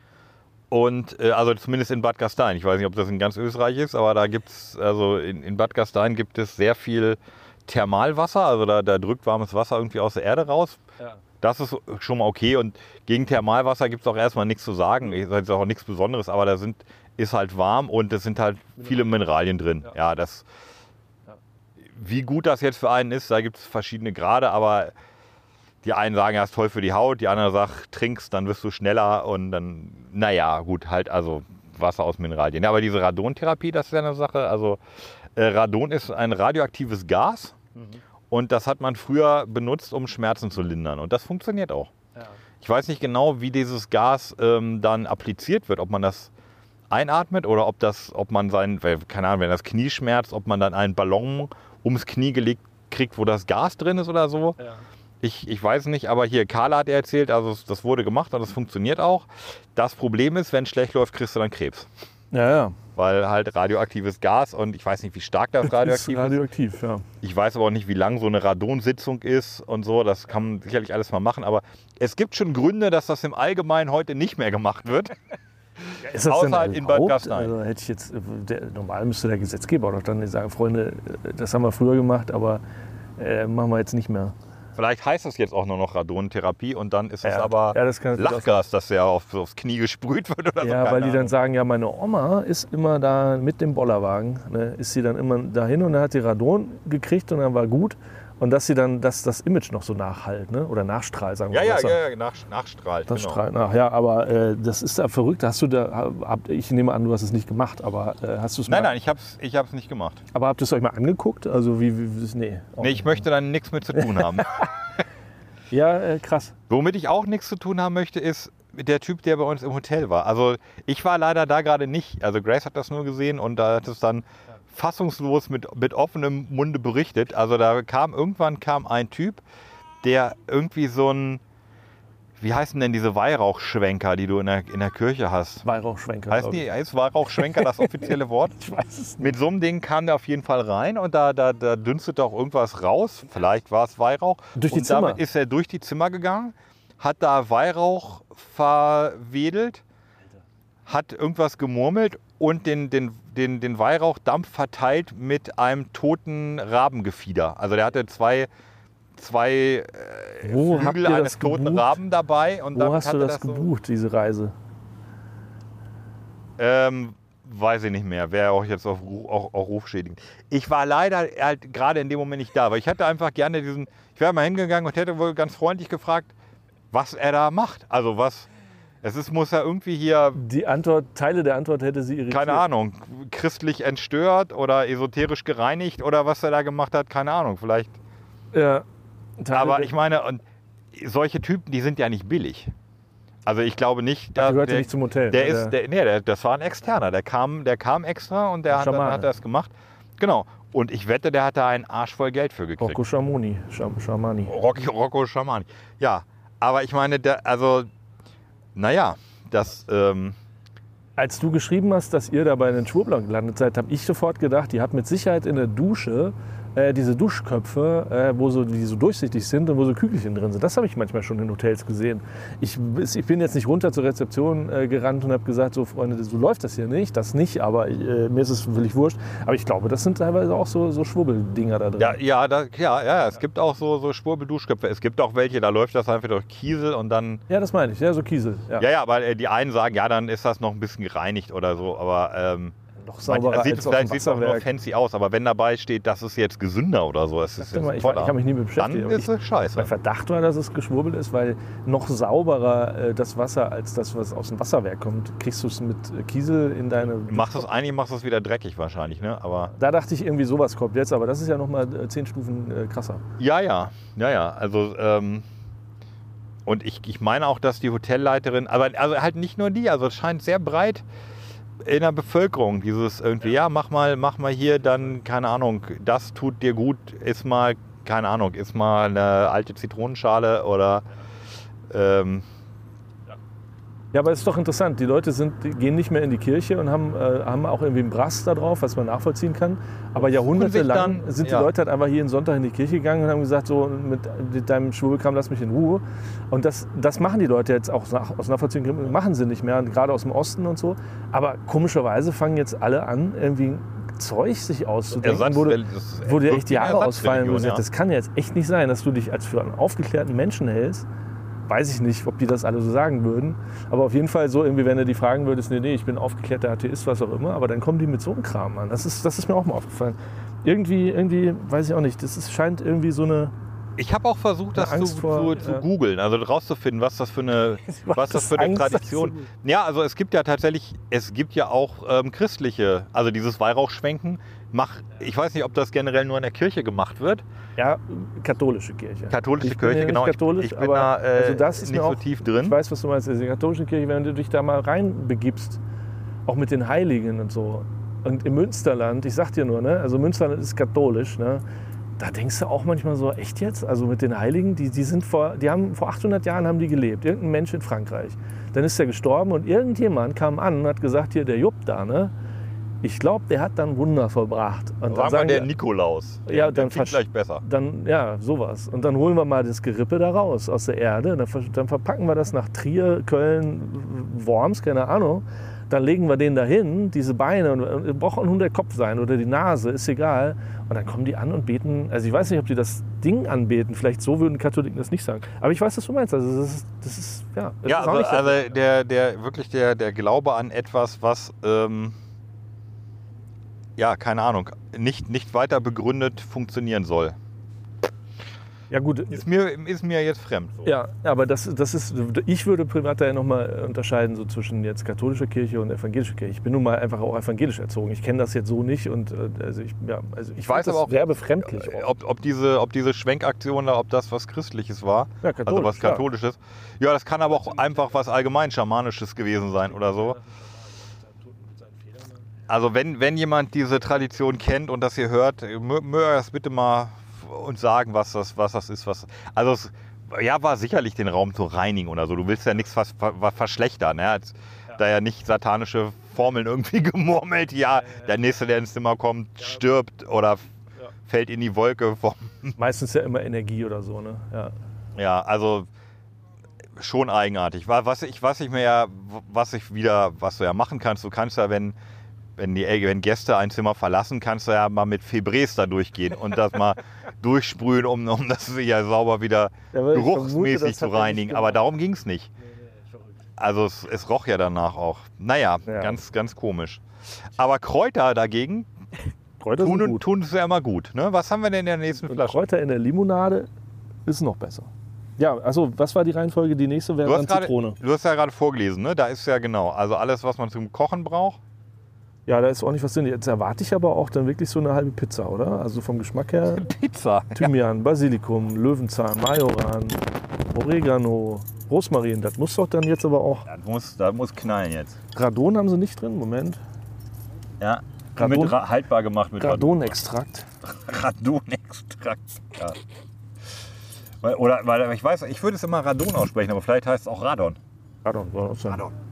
Und äh, also zumindest in Bad Gastein. Ich weiß nicht, ob das in ganz Österreich ist, aber da gibt es, also in, in Bad Gastein gibt es sehr viel Thermalwasser. Also da, da drückt warmes Wasser irgendwie aus der Erde raus. Ja. Das ist schon mal okay. Und gegen Thermalwasser gibt es auch erstmal nichts zu sagen. Das ist auch nichts Besonderes, aber da sind, ist halt warm und es sind halt viele Mineralien drin. Ja, Ja. das, Ja. wie gut das jetzt für einen ist, da gibt es verschiedene Grade, aber die einen sagen, ja, ist toll für die Haut, die anderen sagen, trinkst, dann wirst du schneller und dann, naja, gut, halt also Wasser aus Mineralien. Ja, aber diese Radontherapie, das ist ja eine Sache. Also äh, Radon ist ein radioaktives Gas. Und das hat man früher benutzt, um Schmerzen zu lindern. Und das funktioniert auch. Ja. Ich weiß nicht genau, wie dieses Gas ähm, dann appliziert wird. Ob man das einatmet oder ob, das, ob man sein, weil, keine Ahnung, wenn das Knie schmerzt, ob man dann einen Ballon ums Knie gelegt kriegt, wo das Gas drin ist oder so. Ja. Ich, ich weiß nicht, aber hier, Carla hat erzählt, also das wurde gemacht und das funktioniert auch. Das Problem ist, wenn es schlecht läuft, kriegst du dann Krebs. Ja, ja. Weil halt radioaktives Gas und ich weiß nicht, wie stark das Ist radioaktiv ist. radioaktiv, ja. Ich weiß aber auch nicht, wie lang so eine Radonsitzung ist und so. Das kann man sicherlich alles mal machen. Aber es gibt schon Gründe, dass das im Allgemeinen heute nicht mehr gemacht wird. Ist das Außer denn halt in Bad überhaupt? Gastein. Also hätte ich jetzt, der, normal müsste der Gesetzgeber doch dann sagen, Freunde, das haben wir früher gemacht, aber äh, machen wir jetzt nicht mehr. Vielleicht heißt es jetzt auch nur noch Radonentherapie und dann ist es Ja, aber ja, das kann natürlich auch Lachgas, das ja auf, aufs Knie gesprüht wird oder so. Ja, keine weil die dann Ahnung. sagen, ja, meine Oma ist immer da mit dem Bollerwagen, ne, ist sie dann immer dahin und dann hat sie Radon gekriegt und dann war gut. Und dass sie dann, dass das Image noch so nachhalt, ne? Oder nachstrahlt, sagen wir Ja, ja, besser. ja, ja, nach, nachstrahlt. Das genau. strahlt nach, ja, aber äh, das ist da verrückt. Hast du da, hab, ich nehme an, du hast es nicht gemacht, aber äh, hast du es Nein, mal, nein, ich hab's, ich hab's nicht gemacht. aber habt ihr es euch mal angeguckt? Also wie, wie nee. auch Nee, nicht. ich möchte dann nichts mit zu tun haben. Ja, äh, krass. Womit ich auch nichts zu tun haben möchte, ist der Typ, der bei uns im Hotel war. Also ich war leider da gerade nicht. Also Grace hat das nur gesehen und da hat es dann fassungslos mit, mit offenem Munde berichtet. Also da kam irgendwann kam ein Typ, der irgendwie so ein, wie heißen denn diese Weihrauchschwenker, die du in der, in der Kirche hast? Weihrauchschwenker. Heißt glaub die, ich. ist Weihrauchschwenker das offizielle Wort? Ich weiß es nicht. Mit so einem Ding kam der auf jeden Fall rein und da, da, da dünstete auch irgendwas raus. Vielleicht war es Weihrauch. Durch die und damit Zimmer? ist er durch die Zimmer gegangen, hat da Weihrauch verwedelt, hat irgendwas gemurmelt und den, den, den, den Weihrauchdampf verteilt mit einem toten Rabengefieder. Also der hatte zwei, zwei äh, Wo habt Flügel ihr eines das toten gebucht? Raben dabei. Und Wo damit hast hat du er das so, gebucht, diese Reise? ähm, weiß ich nicht mehr, wäre auch jetzt auf, auch, auch rufschädigend. Ich war leider halt gerade in dem Moment nicht da, weil ich hätte einfach gerne diesen, ich wäre mal hingegangen und hätte wohl ganz freundlich gefragt, was er da macht. Also was, es ist, muss ja irgendwie hier, Die Antwort, Teile der Antwort hätte sie irritiert. keine Ahnung, christlich entstört oder esoterisch gereinigt oder was er da gemacht hat, keine Ahnung, vielleicht. Ja, Teile Aber der- ich meine, und solche Typen, die sind ja nicht billig. Also ich glaube nicht, Der dass gehört ja der, nicht zum Hotel. der ne? ist, der, nee, der, das war ein Externer. Der kam, der kam extra und der hat, dann Schamane. hat das gemacht. Genau. Und ich wette, der hat da einen Arsch voll Geld für gekriegt. Rocco Schamoni. Scham, Schamani. Rocky, Rocco Schamani. Ja, aber ich meine, der, also, naja, das, ähm, Als du geschrieben hast, dass ihr da bei den Schwurblern gelandet seid, habe ich sofort gedacht, ihr habt mit Sicherheit in der Dusche äh, diese Duschköpfe, äh, wo so, die so durchsichtig sind und wo so Kügelchen drin sind. Das habe ich manchmal schon in Hotels gesehen. Ich, ich bin jetzt nicht runter zur Rezeption äh, gerannt und habe gesagt, so Freunde, so läuft das hier nicht. Das nicht, aber äh, mir ist es völlig wurscht. Aber ich glaube, das sind teilweise auch so, so Schwurbeldinger da drin. ja, ja, da, ja, ja, es gibt auch so, so Schwurbelduschköpfe. Es gibt auch welche, da läuft das einfach durch Kiesel und dann, Ja, das meine ich. Ja, so Kiesel. Ja. ja, ja, aber äh, die einen sagen, ja, dann ist das noch ein bisschen gereinigt oder so, aber, ähm, Noch Man, sauberer sieht, als auf vielleicht dem sieht es auch nur Wasserwerk. fancy aus, aber wenn dabei steht, das ist jetzt gesünder oder so, das ist Sag mal, jetzt ich, toller, ich habe mich nie mit beschäftigt. dann aber ist ich- es scheiße. Mein Verdacht war, dass es geschwurbelt ist, weil noch sauberer äh, das Wasser als das, was aus dem Wasserwerk kommt. Kriegst du es mit äh, Kiesel in deine... Du machst es eigentlich machst du es wieder dreckig wahrscheinlich, ne? Aber Da dachte ich irgendwie, sowas kommt jetzt, aber das ist ja noch mal äh, zehn Stufen äh, krasser. ja, ja, ja, ja. Also ähm, und ich, ich meine auch, dass die Hotelleiterin, aber also halt nicht nur die, also es scheint sehr breit in der Bevölkerung dieses irgendwie, ja, mach mal, mach mal hier, dann keine Ahnung, das tut dir gut, ist mal, keine Ahnung, ist mal eine alte Zitronenschale oder ähm, Ja, aber es ist doch interessant. Die Leute sind, die gehen nicht mehr in die Kirche und haben, äh, haben auch irgendwie einen Brass da drauf, was man nachvollziehen kann. Aber jahrhundertelang dann- sind die ja. Leute halt einfach jeden Sonntag in die Kirche gegangen und haben gesagt, so mit, mit deinem Schwurbelkram lass mich in Ruhe. Und das, das machen die Leute jetzt auch nach, aus nachvollziehenden Gründen, machen sie nicht mehr, und gerade aus dem Osten und so. Aber komischerweise fangen jetzt alle an, irgendwie Zeug sich auszudenken, Ersatz- wo, du, das ist wo dir wirklich echt die eine Haare ausfallen. Wo du Ersatzreligion, sagst, ja. das kann jetzt echt nicht sein, dass du dich als für einen aufgeklärten Menschen hältst. Weiß ich nicht, ob die das alle so sagen würden. Aber auf jeden Fall so, irgendwie, wenn du die fragen würdest, nee, nee, ich bin aufgeklärter Atheist, was auch immer. Aber dann kommen die mit so einem Kram an. Das ist, das ist mir auch mal aufgefallen. Irgendwie, irgendwie, weiß ich auch nicht, das ist, scheint irgendwie so eine... Ich habe auch versucht, das Angst zu, vor, zu, zu ja. googeln, also rauszufinden, was das für eine, macht was das das für eine Angst, das Tradition. zu- Ja, also es gibt ja tatsächlich, es gibt ja auch ähm, christliche, also dieses Weihrauchschwenken. Mach, ich weiß nicht, ob das generell nur in der Kirche gemacht wird. Ja, katholische Kirche. Katholische Ich bin Kirche, ja nicht genau. Ich- Katholisch, ich bin aber da, äh, also das ist nicht mir so auch, tief drin. Ich weiß, was du meinst. Also die katholische Kirche, wenn du dich da mal reinbegibst, auch mit den Heiligen und so. Und im Münsterland, ich sag dir nur, ne, also Münsterland ist katholisch, ne, da denkst du auch manchmal so, echt jetzt? Also mit den Heiligen, die, die sind vor, die haben vor achthundert Jahren haben die gelebt. Irgendein Mensch in Frankreich. Dann ist er gestorben und irgendjemand kam an und hat gesagt, hier der Jupp da, ne, ich glaube, der hat dann Wunder vollbracht. Und Sagen wir sagen der die- Nikolaus. Der, Ja, der dann klingt versch- gleich besser. Dann, ja, sowas. Und dann holen wir mal das Gerippe da raus aus der Erde. Dann, ver- dann verpacken wir das nach Trier, Köln, Worms, keine Ahnung. Dann legen wir den dahin, diese Beine. Und, und braucht auch nur der Kopf sein oder die Nase, ist egal. Und dann kommen die an und beten. Also ich weiß nicht, ob die das Ding anbeten. Vielleicht so würden Katholiken das nicht sagen. Aber ich weiß, was du meinst. Also das ist, das ist ja. Das Ja, ist auch also, nicht also der, der wirklich der, der Glaube an etwas, was ähm, ja, keine Ahnung, nicht, nicht weiter begründet funktionieren soll. ja gut. Ist mir, ist mir jetzt fremd. So. Ja, aber das, das ist, ich würde privat da ja nochmal unterscheiden so zwischen jetzt katholischer Kirche und evangelischer Kirche. Ich bin nun mal einfach auch evangelisch erzogen. Ich kenne das jetzt so nicht und äh, also ich, ja, also ich weiß find aber das auch, sehr befremdlich. Auch. Ob, ob, diese, ob diese Schwenkaktion da, ob das was Christliches war, Ja, also katholisch, was klar. Katholisches. Ja, das kann aber auch einfach was allgemein Schamanisches gewesen sein oder so. Also wenn, wenn jemand diese Tradition kennt und das hier hört, mö- möge er das bitte mal uns sagen, was das, was das ist. Was, also es ja, war sicherlich den Raum zu reinigen oder so. Du willst ja nichts vers, ver, verschlechtern. Ne? Als, Da ja nicht satanische Formeln irgendwie gemurmelt. Ja, der Nächste, der ins Zimmer kommt, stirbt oder fällt in die Wolke. Vom Meistens ja immer Energie oder so, ne? Ja. ja, also schon eigenartig. Was ich, was ich mir ja, was ich wieder, was du ja machen kannst, du kannst ja, wenn Wenn, die, wenn Gäste ein Zimmer verlassen, kannst du ja mal mit Febreze da durchgehen und das mal durchsprühen, um, um das ja sauber wieder Ja, weil ich geruchsmäßig vermute, das zu hat er nicht reinigen. gemacht. Aber darum ging es nicht. Also es, es roch ja danach auch. Naja, Ja. ganz, ganz komisch. Aber Kräuter dagegen Kräuter sind tun, gut. tun es ja immer gut. Ne? Was haben wir denn in der nächsten Und Flasche? Kräuter in der Limonade ist noch besser. Ja, also was war die Reihenfolge? Die nächste wäre Du dann hast, grade, Zitrone. du hast ja gerade vorgelesen, ne? Da ist ja genau, also alles, was man zum Kochen braucht. Ja, da ist ordentlich was drin. Jetzt erwarte ich aber auch dann wirklich so eine halbe Pizza, oder? Also vom Geschmack her Pizza. Thymian, Basilikum, Löwenzahn, Majoran, Oregano, Rosmarin. Das muss doch dann jetzt aber auch... Das muss, das muss knallen jetzt. Radon haben sie nicht drin, Moment. Ja. Radon- Mit Ra haltbar gemacht mit Radonextrakt. Radonextrakt. Ja. Weil- Oder, weil ich weiß, ich würde es immer Radon aussprechen, aber vielleicht heißt es auch Radon. Radon, soll auch sein. Radon.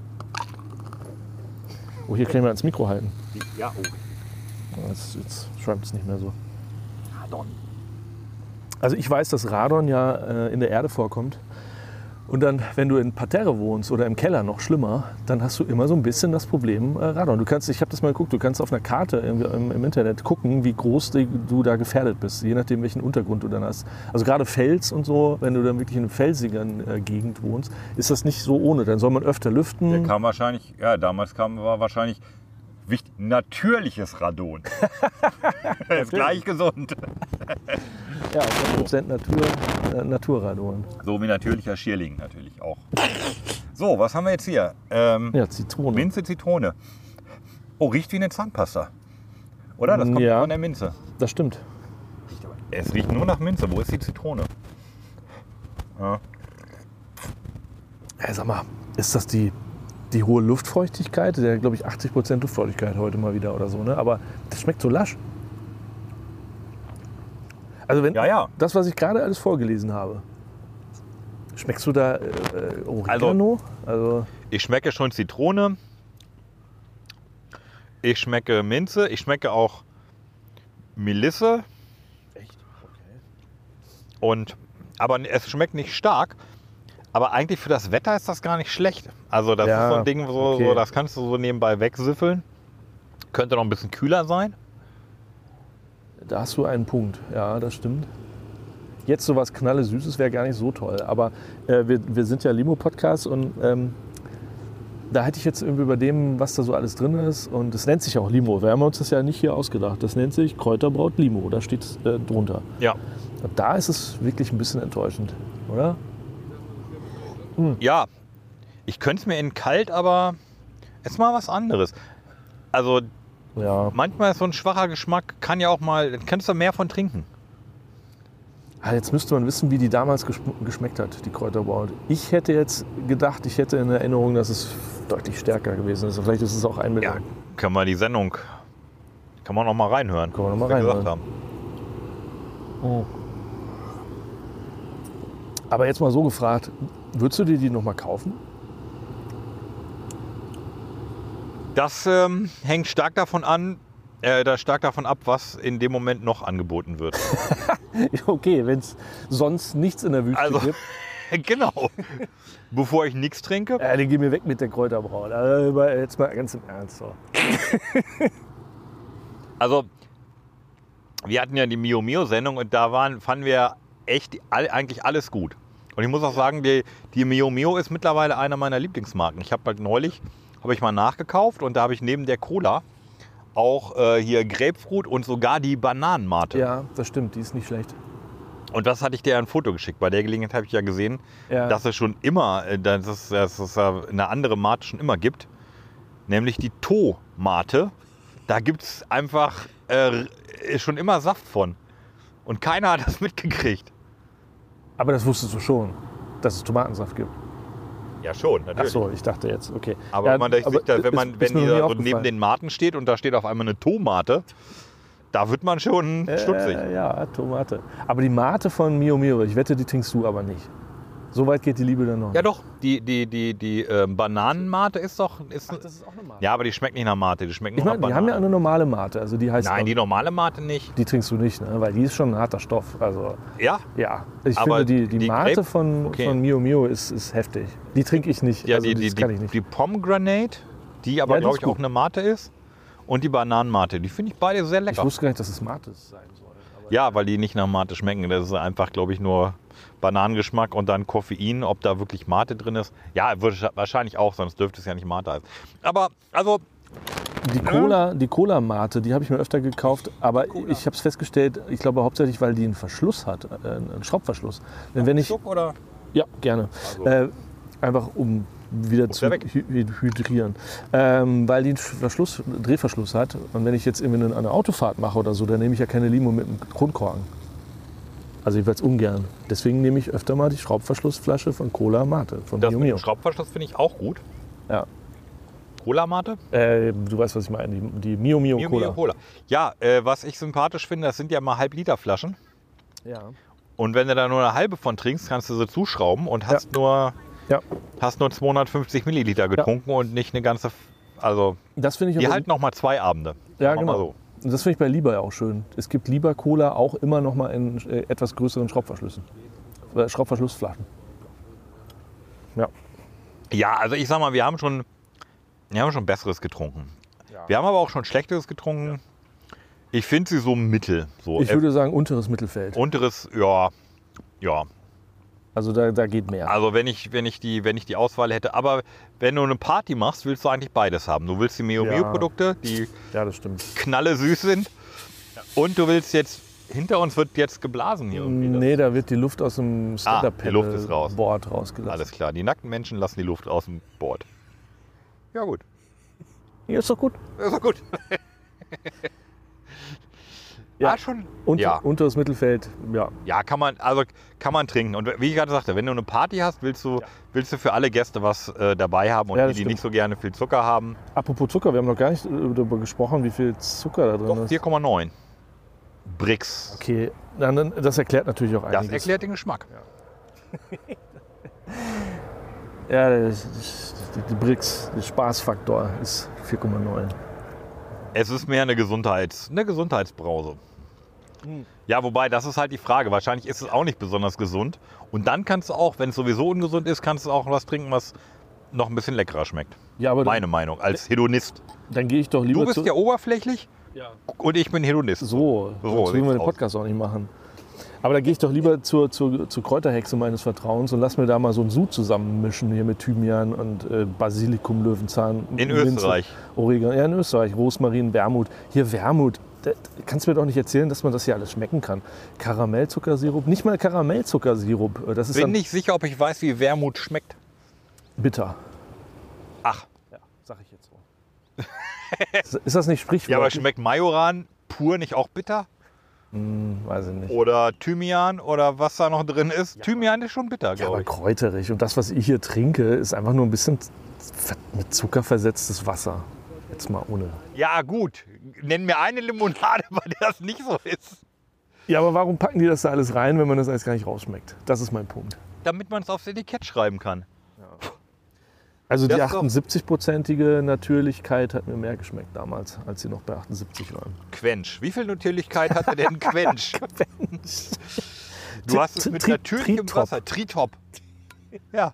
Oh, hier können wir ans Mikro halten. Ja, oh. Jetzt, jetzt schäumt es nicht mehr so. Radon. Also ich weiß, dass Radon ja äh, in der Erde vorkommt. Und dann, wenn du in Parterre wohnst oder im Keller noch schlimmer, dann hast du immer so ein bisschen das Problem äh, Radon. Du kannst, ich habe das mal geguckt, du kannst auf einer Karte im, im, im Internet gucken, wie groß die, du da gefährdet bist, je nachdem, welchen Untergrund du dann hast. Also gerade Fels und so, wenn du dann wirklich in einer felsigen äh, Gegend wohnst, ist das nicht so ohne. Dann soll man öfter lüften. Der kam wahrscheinlich, ja, damals kam war wahrscheinlich wichtig, natürliches Radon. Ist gleich gesund. Ja, hundert Prozent Natur, äh, Naturradon. So wie natürlicher Schierling natürlich auch. So, was haben wir jetzt hier? Ähm, Ja, Zitrone. Minze, Zitrone. Oh, riecht wie eine Zahnpasta. Oder? Das kommt Ja. von der Minze. Das stimmt. Es riecht nur nach Minze. Wo ist die Zitrone? Ja. Hey, sag mal, ist das die, die hohe Luftfeuchtigkeit? Der glaube ich achtzig Prozent Luftfeuchtigkeit heute mal wieder oder so, ne? Aber das schmeckt so lasch. Also wenn Ja, ja. das, was ich gerade alles vorgelesen habe, schmeckst du da äh, äh, Oregano? Also, Ich schmecke schon Zitrone. Ich schmecke Minze. Ich schmecke auch Melisse. echt? Okay. Und, aber es schmeckt nicht stark. Aber eigentlich für das Wetter ist das gar nicht schlecht. Also das Ja, ist so ein Ding, so, okay. so, das kannst du so nebenbei wegsüffeln. Könnte noch ein bisschen kühler sein. Da hast du einen Punkt. Ja, das stimmt. Jetzt so was Knalle-Süßes wäre gar nicht so toll. Aber äh, wir, wir sind ja Limo-Podcast und ähm, da hätte ich jetzt irgendwie über dem, was da so alles drin ist. Und es nennt sich auch Limo. Wir haben uns das ja nicht hier ausgedacht. Das nennt sich Kräuterbraut Limo. Da steht es äh, drunter. Ja. Und da ist es wirklich ein bisschen enttäuschend, oder? Ja, ich könnte es mir in kalt, aber es ist mal was anderes. Also Ja. manchmal ist so ein schwacher Geschmack, kann ja auch mal, dann kannst du mehr von trinken. Ah, jetzt müsste man wissen, wie die damals geschm- geschmeckt hat, die Kräuterbraut. Ich hätte jetzt gedacht, ich hätte in Erinnerung, dass es deutlich stärker gewesen ist. Vielleicht ist es auch ein Ja, können wir die Sendung, kann man noch mal reinhören. Können wir noch mal was wir reinhören. gesagt haben. Oh. Aber jetzt mal so gefragt, würdest du dir die noch mal kaufen? Das ähm, hängt stark davon an, äh, da stark davon ab, was in dem Moment noch angeboten wird. Okay, wenn es sonst nichts in der Wüste Also, gibt, genau. Bevor ich nichts trinke. äh, dann geh mir weg mit der Kräuterbraut. Also, jetzt mal ganz im Ernst. So. Also, wir hatten ja die Mio Mio Sendung und da waren, fanden wir echt all, eigentlich alles gut. Und ich muss auch sagen, die, die Mio Mio ist mittlerweile einer meiner Lieblingsmarken. Ich habe halt neulich, habe ich mal nachgekauft und da habe ich neben der Cola auch äh, hier Grapefruit und sogar die Bananenmate. Ja, das stimmt, die ist nicht schlecht. Und das hatte ich dir ein Foto geschickt. Bei der Gelegenheit habe ich ja gesehen, Ja. dass es schon immer, äh, dass es, dass es äh, eine andere Mate schon immer gibt. Nämlich die To-Mate. Da gibt es einfach äh, schon immer Saft von. Und keiner hat das mitgekriegt. Aber das wusstest du schon, dass es Tomatensaft gibt. Ja, schon, Ach so, ich dachte jetzt, okay. Aber Ja, wenn man, da, aber sich da, wenn, ist- man, ist wenn mir die noch nie da so aufgefallen. neben den Maten steht und da steht auf einmal eine Tomate, da wird man schon stutzig. Äh, ja, Tomate. Aber die Mate von Mio Mio, ich wette, die trinkst du aber nicht. So weit geht die Liebe dann noch. Ja doch, die, die, die, die äh, Bananenmate ist doch... Ist, das ist auch eine Mate. ja, aber die schmeckt nicht nach Mate, die schmecken Ich nur meine, nach die haben ja Banane. eine normale Mate, also die heißt Nein, auch, die normale Mate nicht. die trinkst du nicht, ne? Weil die ist schon ein harter Stoff. Also Ja? ja, ich Aber finde die, die, die Mate Grape- von, okay. von Mio Mio ist, ist heftig. Die trinke ich nicht, Ja, also die, die, das kann die, ich nicht. die Pomegranate, die aber, Ja, die glaube ist ich, auch gut. eine Mate ist. Und die Bananenmate, die finde ich beide sehr Ich lecker. wusste gar nicht, dass es Mate sein soll. Aber Ja, weil die nicht nach Mate schmecken. Das ist einfach, glaube ich, nur Bananengeschmack und dann Koffein, ob da wirklich Mate drin ist. Ja, wird wahrscheinlich auch, sonst dürfte es ja nicht Mate heißen. Aber, also... Die Cola, die Cola-Mate, die habe ich mir öfter gekauft, aber ich habe es festgestellt, ich glaube hauptsächlich, weil die einen Verschluss hat, äh, einen Schraubverschluss. Denn wenn ich, Schluck oder? ja, gerne. Also. Äh, einfach um wieder Muss zu der weg? hy- hydrieren. Ähm, weil die einen Verschluss, Drehverschluss hat. Und wenn ich jetzt irgendwie eine, eine Autofahrt mache oder so, dann nehme ich ja keine Limo mit einem Kronkorken. Also jedenfalls ungern. Deswegen nehme ich öfter mal die Schraubverschlussflasche von Cola Mate, von Das Mio mit Mio. dem Schraubverschluss finde ich auch gut. Ja. Cola-Mate? Äh, du weißt, was ich meine, die, die Mio Mio, Mio Cola. Mio Cola. Ja, äh, was ich sympathisch finde, das sind ja mal Halb-Liter-Flaschen. Ja. Und wenn du da nur eine halbe von trinkst, kannst du sie zuschrauben und hast, Ja. nur, Ja. hast nur zweihundertfünfzig Milliliter getrunken und nicht eine ganze... F- Also, Das finde ich die aber- halten noch mal zwei Abende. Ja, Machen wir genau. Und das finde ich bei Liber ja auch schön. Es gibt Liber Cola auch immer noch mal in äh, etwas größeren Schraubverschlüssen. Äh, Schraubverschlussflaschen. Ja. Ja, also ich sag mal, wir haben schon, wir haben schon Besseres getrunken. Ja. Wir haben aber auch schon Schlechteres getrunken. Ich finde sie so mittel. So Ich würde sagen, unteres Mittelfeld. unteres, ja, ja. Also da, da geht mehr. Also wenn ich, wenn, ich die, wenn ich die Auswahl hätte. Aber wenn du eine Party machst, willst du eigentlich beides haben. Du willst die Mio Ja. Mio Produkte, die Ja, das stimmt. knalle süß sind. Und du willst jetzt, hinter uns wird jetzt geblasen hier irgendwie. Nee, da wird die Luft aus dem Ah, die Luft ist raus. Stand-Up-Board rausgelassen. Alles klar, die nackten Menschen lassen die Luft aus dem Board. Ja gut, Ja, ist doch gut. ist doch gut. Ja. Ah, schon. Unter, ja. Unteres Mittelfeld, ja. Ja, kann man, also kann man trinken. Und wie ich gerade sagte, wenn du eine Party hast, willst du, willst du für alle Gäste was äh, dabei haben und Ja, die, das die stimmt. nicht so gerne viel Zucker haben. Apropos Zucker, wir haben noch gar nicht darüber gesprochen, wie viel Zucker da drin ist. vier Komma neun. Brix. Okay, dann, dann- das erklärt natürlich auch Das einiges. erklärt den Geschmack. Ja, das, das, die Brix, der Spaßfaktor ist vier Komma neun. Es ist mehr eine, Gesundheits-, eine Gesundheitsbrause. Hm. Ja, wobei, das ist halt die Frage. Wahrscheinlich ist es auch nicht besonders gesund. Und dann kannst du auch, wenn es sowieso ungesund ist, kannst du auch was trinken, was noch ein bisschen leckerer schmeckt. Ja, aber Meine Meinung, als Hedonist. dann, dann gehe ich doch lieber Du bist zu... ja oberflächlich Ja. und ich bin Hedonist. So, So sonst würden wir sieht's den aus. Podcast auch nicht machen. Aber da gehe ich doch lieber zur, zur, zur Kräuterhexe meines Vertrauens und lass mir da mal so einen Sud zusammenmischen hier mit Thymian und äh, Basilikum, Löwenzahn. In Minze, Österreich. Oregano. Ja, in Österreich. Rosmarin, Wermut. Hier Wermut. Da, kannst du mir doch nicht erzählen, dass man das hier alles schmecken kann. Karamellzuckersirup. Nicht mal Karamellzuckersirup. Das ist Bin dann nicht sicher, ob ich weiß, wie Wermut schmeckt. bitter. Ach, Ja, sag ich jetzt so. Ist das nicht Sprichwort? ja, aber schmeckt Majoran pur nicht auch bitter? Weiß ich nicht. Oder Thymian oder was da noch drin ist? Thymian ist schon bitter, Ja, glaube aber ich. kräuterig. Und das, was ich hier trinke, ist einfach nur ein bisschen ver- mit Zucker versetztes Wasser. Jetzt mal ohne. Ja, gut. Nenn mir eine Limonade, bei der das nicht so ist. Ja, aber warum packen die das da alles rein, wenn man das alles gar nicht rausschmeckt? Das ist mein Punkt. Damit man es aufs Etikett schreiben kann. Also die Das ist doch- achtundsiebzig-prozentige Natürlichkeit hat mir mehr geschmeckt damals, als sie noch bei achtundsiebzig waren. Quench. Wie viel Natürlichkeit hatte denn Quench? Du hast es mit Tri- natürlichem Tritop. Wasser. Tritop. Ja.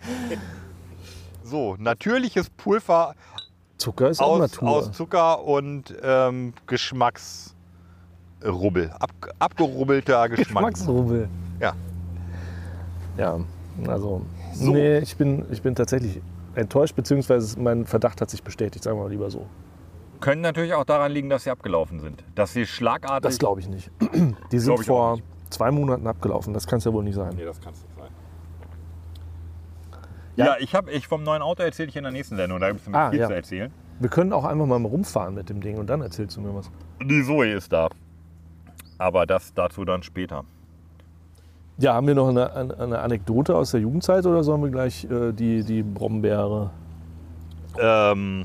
So, natürliches Pulver Zucker ist auch aus, Natur. aus Zucker und ähm, Geschmacksrubbel. Ab, abgerubbelter Geschmack. Geschmacksrubbel. Ja. Ja, also. So. Nee, ich bin, ich bin tatsächlich enttäuscht, beziehungsweise mein Verdacht hat sich bestätigt, sagen wir mal lieber so. Können natürlich auch daran liegen, dass sie abgelaufen sind. Dass sie schlagartig... Das glaube ich nicht. Die sind Glaub ich auch vor nicht. zwei Monaten abgelaufen. Das kann es ja wohl nicht sein. Nee, das kann es nicht sein. Ja, ich habe ich vom neuen Auto erzählt ich in der nächsten Sendung. Da gibt es Ah, viel ja. zu erzählen. Wir können auch einfach mal rumfahren mit dem Ding und dann erzählst du mir was. Die Zoe ist da. Aber das dazu dann später. Ja, haben wir noch eine, eine, eine Anekdote aus der Jugendzeit oder sollen wir gleich äh, die, die Brombeere? Ähm,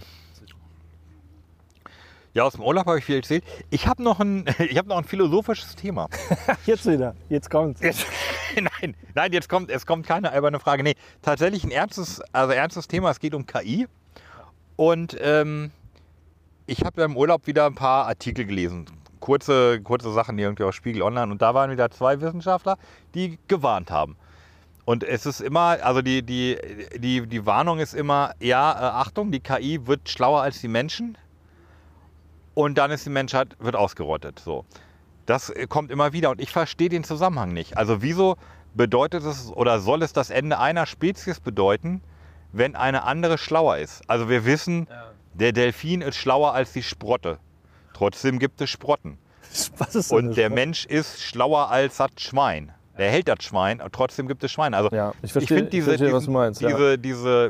ja, aus dem Urlaub habe ich viel erzählt. Ich habe noch, ein- ich hab noch ein philosophisches Thema. Jetzt wieder, jetzt kommt's. Jetzt, nein, nein, jetzt kommt, es kommt keine alberne Frage. Nee, tatsächlich ein ernstes, also ernstes Thema. Es geht um K I. Und ähm, ich habe ja im Urlaub wieder ein paar Artikel gelesen. Kurze, kurze Sachen, die irgendwie auf Spiegel Online. Und da waren wieder zwei Wissenschaftler, die gewarnt haben. Und es ist immer, also die, die, die, die Warnung ist immer, ja, äh, Achtung, die K I wird schlauer als die Menschen. Und dann ist die Menschheit, wird ausgerottet. So. Das äh, kommt immer wieder und ich verstehe den Zusammenhang nicht. Also wieso bedeutet es oder soll es das Ende einer Spezies bedeuten, wenn eine andere schlauer ist? Also wir wissen, ja. der Delfin ist schlauer als die Sprotte. Trotzdem gibt es Sprotten. Was ist und der Mensch ist schlauer als das Schwein. Der hält das Schwein, und trotzdem gibt es Schweine. Also ja, ich verstehe, ich finde diese, ich verstehe, was du meinst, diese, ja. diese,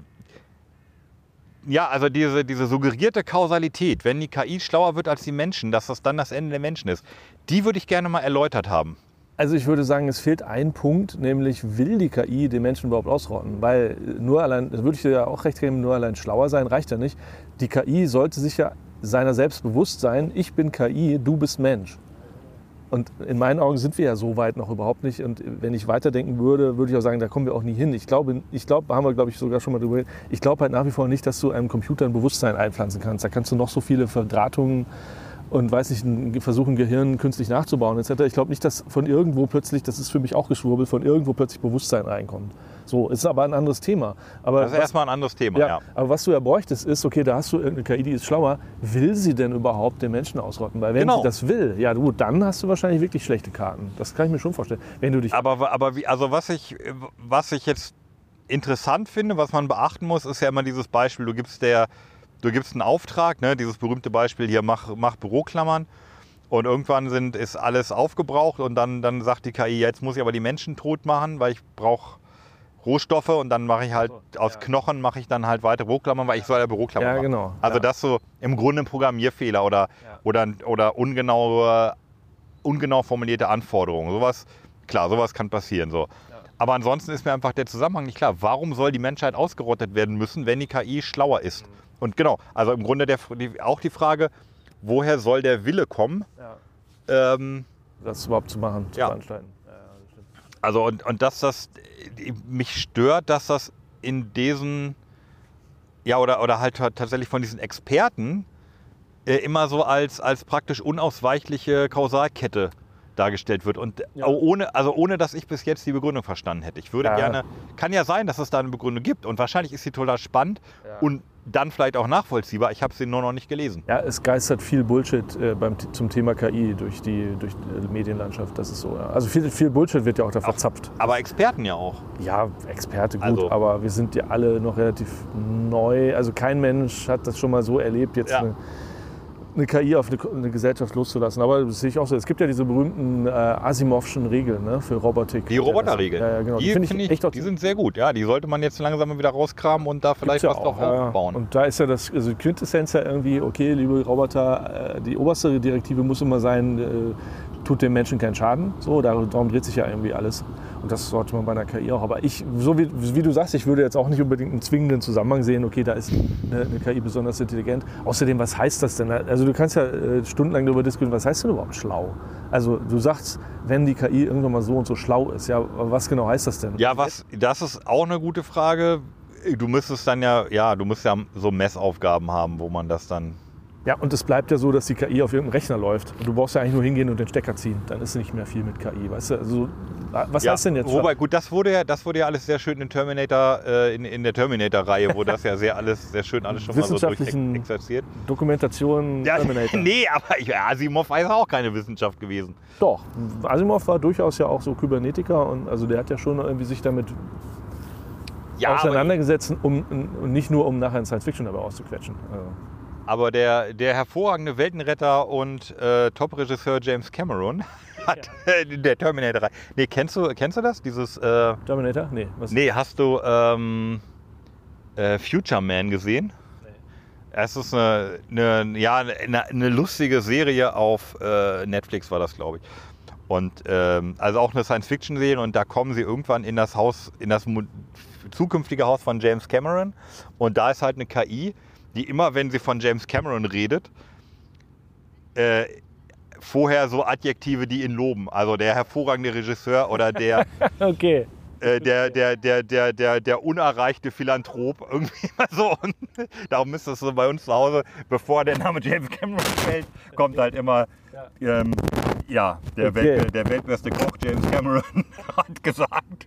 ja, also diese, diese suggerierte Kausalität, wenn die K I schlauer wird als die Menschen, dass das dann das Ende der Menschen ist, die würde ich gerne mal erläutert haben. Also ich würde sagen, es fehlt ein Punkt, nämlich will die K I den Menschen überhaupt ausrotten? Weil nur allein, das würde ich dir ja auch recht geben, nur allein schlauer sein reicht ja nicht. Die K I sollte sich ja seiner selbst bewusst sein, ich bin K I, du bist Mensch. Und in meinen Augen sind wir ja so weit noch überhaupt nicht. Und wenn ich weiterdenken würde, würde ich auch sagen, da kommen wir auch nie hin. Ich glaube, ich glaube, haben wir glaube ich sogar schon mal drüber geredet, ich glaube halt nach wie vor nicht, dass du einem Computer ein Bewusstsein einpflanzen kannst. Da kannst du noch so viele Verdrahtungen und weiß nicht, versuchen, Gehirn künstlich nachzubauen et cetera. Ich glaube nicht, dass von irgendwo plötzlich, das ist für mich auch Geschwurbel, von irgendwo plötzlich Bewusstsein reinkommt. So, ist aber ein anderes Thema. Aber das ist was, erstmal ein anderes Thema, ja, ja. Aber was du ja bräuchtest, ist, okay, da hast du irgendeine K I, die ist schlauer. Will sie denn überhaupt den Menschen ausrotten? Weil wenn genau. sie das will, ja gut, dann hast du wahrscheinlich wirklich schlechte Karten. Das kann ich mir schon vorstellen. Wenn du dich aber aber wie, also was ich, was ich jetzt interessant finde, was man beachten muss, ist ja immer dieses Beispiel, du gibst der, du gibst einen Auftrag, ne, dieses berühmte Beispiel hier, mach, mach Büroklammern. Und irgendwann sind, ist alles aufgebraucht und dann, dann sagt die K I, jetzt muss ich aber die Menschen tot machen, weil ich brauche Rohstoffe und dann mache ich halt so, aus ja. Knochen mache ich dann halt weiter Büroklammern, weil ich soll ja Büroklammern ja, machen. Genau. Also ja. das so im Grunde ein Programmierfehler oder, ja. oder, oder ungenaue, ungenau formulierte Anforderungen. Sowas, klar, sowas kann passieren. So. Ja. Aber ansonsten ist mir einfach der Zusammenhang nicht klar. Warum soll die Menschheit ausgerottet werden müssen, wenn die K I schlauer ist? Mhm. Und genau, also im Grunde der, die, auch die Frage, woher soll der Wille kommen, ja. ähm, das überhaupt zu machen, zu ja. veranstalten. Ja, das stimmt. Also und, und dass das, mich stört, dass das in diesen, ja oder, oder halt tatsächlich von diesen Experten äh, immer so als, als praktisch unausweichliche Kausalkette dargestellt wird und ja. ohne, also ohne, dass ich bis jetzt die Begründung verstanden hätte. Ich würde ja. gerne, kann ja sein, dass es da eine Begründung gibt und wahrscheinlich ist sie total spannend ja. und dann vielleicht auch nachvollziehbar. Ich habe sie nur noch nicht gelesen. Ja, es geistert viel Bullshit äh, beim, zum Thema K I durch die, durch die Medienlandschaft. Das ist so. Ja. Also viel, viel Bullshit wird ja auch da verzapft. Aber Experten ja auch. Ja, Experte gut, also. aber wir sind ja alle noch relativ neu. Also kein Mensch hat das schon mal so erlebt, jetzt ja. eine, eine K I auf eine, eine Gesellschaft loszulassen. Aber das sehe ich auch so. Es gibt ja diese berühmten äh, Asimovschen Regeln, ne, für Robotik. Die Roboterregeln. Ja, ja, genau. Die, die finde find ich, ich echt auch, die sind sehr gut. Ja, die sollte man jetzt langsam mal wieder rauskramen und da vielleicht was ja drauf auch, aufbauen. Ja. Und da ist ja das, also die Quintessenz ja irgendwie, okay, liebe Roboter, äh, die oberste Direktive muss immer sein, äh, tut dem Menschen keinen Schaden. So, darum dreht sich ja irgendwie alles. Und das sollte man bei einer K I auch. Aber ich, so wie, wie du sagst, ich würde jetzt auch nicht unbedingt einen zwingenden Zusammenhang sehen, okay, da ist eine, eine K I besonders intelligent. Außerdem, was heißt das denn? Also du kannst ja äh, stundenlang darüber diskutieren, was heißt denn überhaupt schlau? Also du sagst, wenn die K I irgendwann mal so und so schlau ist, ja, was genau heißt das denn? Ja, was, das ist auch eine gute Frage. Du müsstest dann ja, ja, du musst ja so Messaufgaben haben, wo man das dann... Ja, und es bleibt ja so, dass die K I auf irgendeinem Rechner läuft. Und du brauchst ja eigentlich nur hingehen und den Stecker ziehen. Dann ist nicht mehr viel mit K I, weißt du? Also, was ja, heißt denn jetzt? Wobei, gut, das wurde ja, das wurde ja alles sehr schön in Terminator, äh, in, in der Terminator-Reihe, wo das ja sehr alles, sehr schön alles schon mal so durchexerziert. Dokumentation ja, Terminator. Nee, aber ich, Asimov ist auch keine Wissenschaft gewesen. Doch, Asimov war durchaus ja auch so Kybernetiker und also der hat ja schon irgendwie sich damit ja, auseinandergesetzt, um, und nicht nur um nachher in Science-Fiction dabei auszuquetschen. Also. Aber der, der hervorragende Weltenretter und äh, Top-Regisseur James Cameron hat ja. äh, der Terminator. Nee, kennst du, kennst du das? Dieses, äh, Terminator? Nee. Was? Nee, hast du ähm, äh, Future Man gesehen? Nee. Es ist eine, eine, ja, eine, eine lustige Serie auf äh, Netflix, war das, glaube ich. Und ähm, also auch eine Science-Fiction-Serie und da kommen sie irgendwann in das Haus, in das zukünftige Haus von James Cameron und da ist halt eine K I, die immer, wenn sie von James Cameron redet, äh, vorher so Adjektive, die ihn loben. Also der hervorragende Regisseur oder der, okay. äh, der, der, der, der, der, der unerreichte Philanthrop. Irgendwie mal so. Und darum ist das so bei uns zu Hause, bevor der Name James Cameron fällt, kommt halt immer, ähm, ja, der, okay. Welt, der weltbeste Koch James Cameron hat gesagt.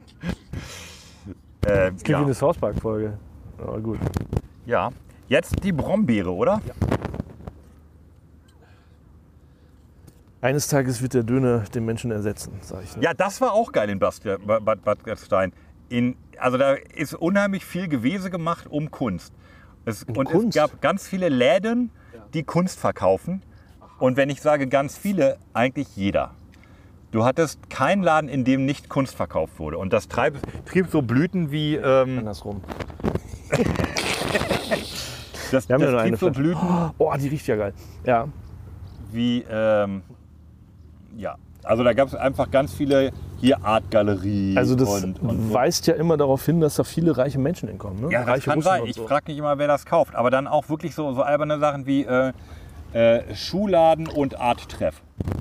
Äh, das klingt ja. wie eine South Park-Folge. Aber gut. Ja. Jetzt die Brombeere, oder? Ja. Eines Tages wird der Döner den Menschen ersetzen, sage ich. Ne? Ja, das war auch geil in Bastia- Bad, Bad Gastein. In, also da ist unheimlich viel Gewese gemacht um Kunst. Es, und Kunst? es gab ganz viele Läden, die Kunst verkaufen. Und wenn ich sage ganz viele, eigentlich jeder. Du hattest keinen Laden, in dem nicht Kunst verkauft wurde. Und das trieb, trieb so Blüten wie... Ähm, Andersrum. das Wir haben ja das nur eine trieb so Flasche. Blüten Oh, die riecht ja geil. Ja. wie... Ähm, ja, also da gab es einfach ganz viele... Hier Artgalerie Also das und, und weist ja immer darauf hin, dass da viele reiche Menschen hinkommen. Ne? Ja, das reiche kann Russen sein. und Ich so. frage nicht immer, wer das kauft. Aber dann auch wirklich so, so alberne Sachen wie äh, äh, Schuhladen und Arttreff.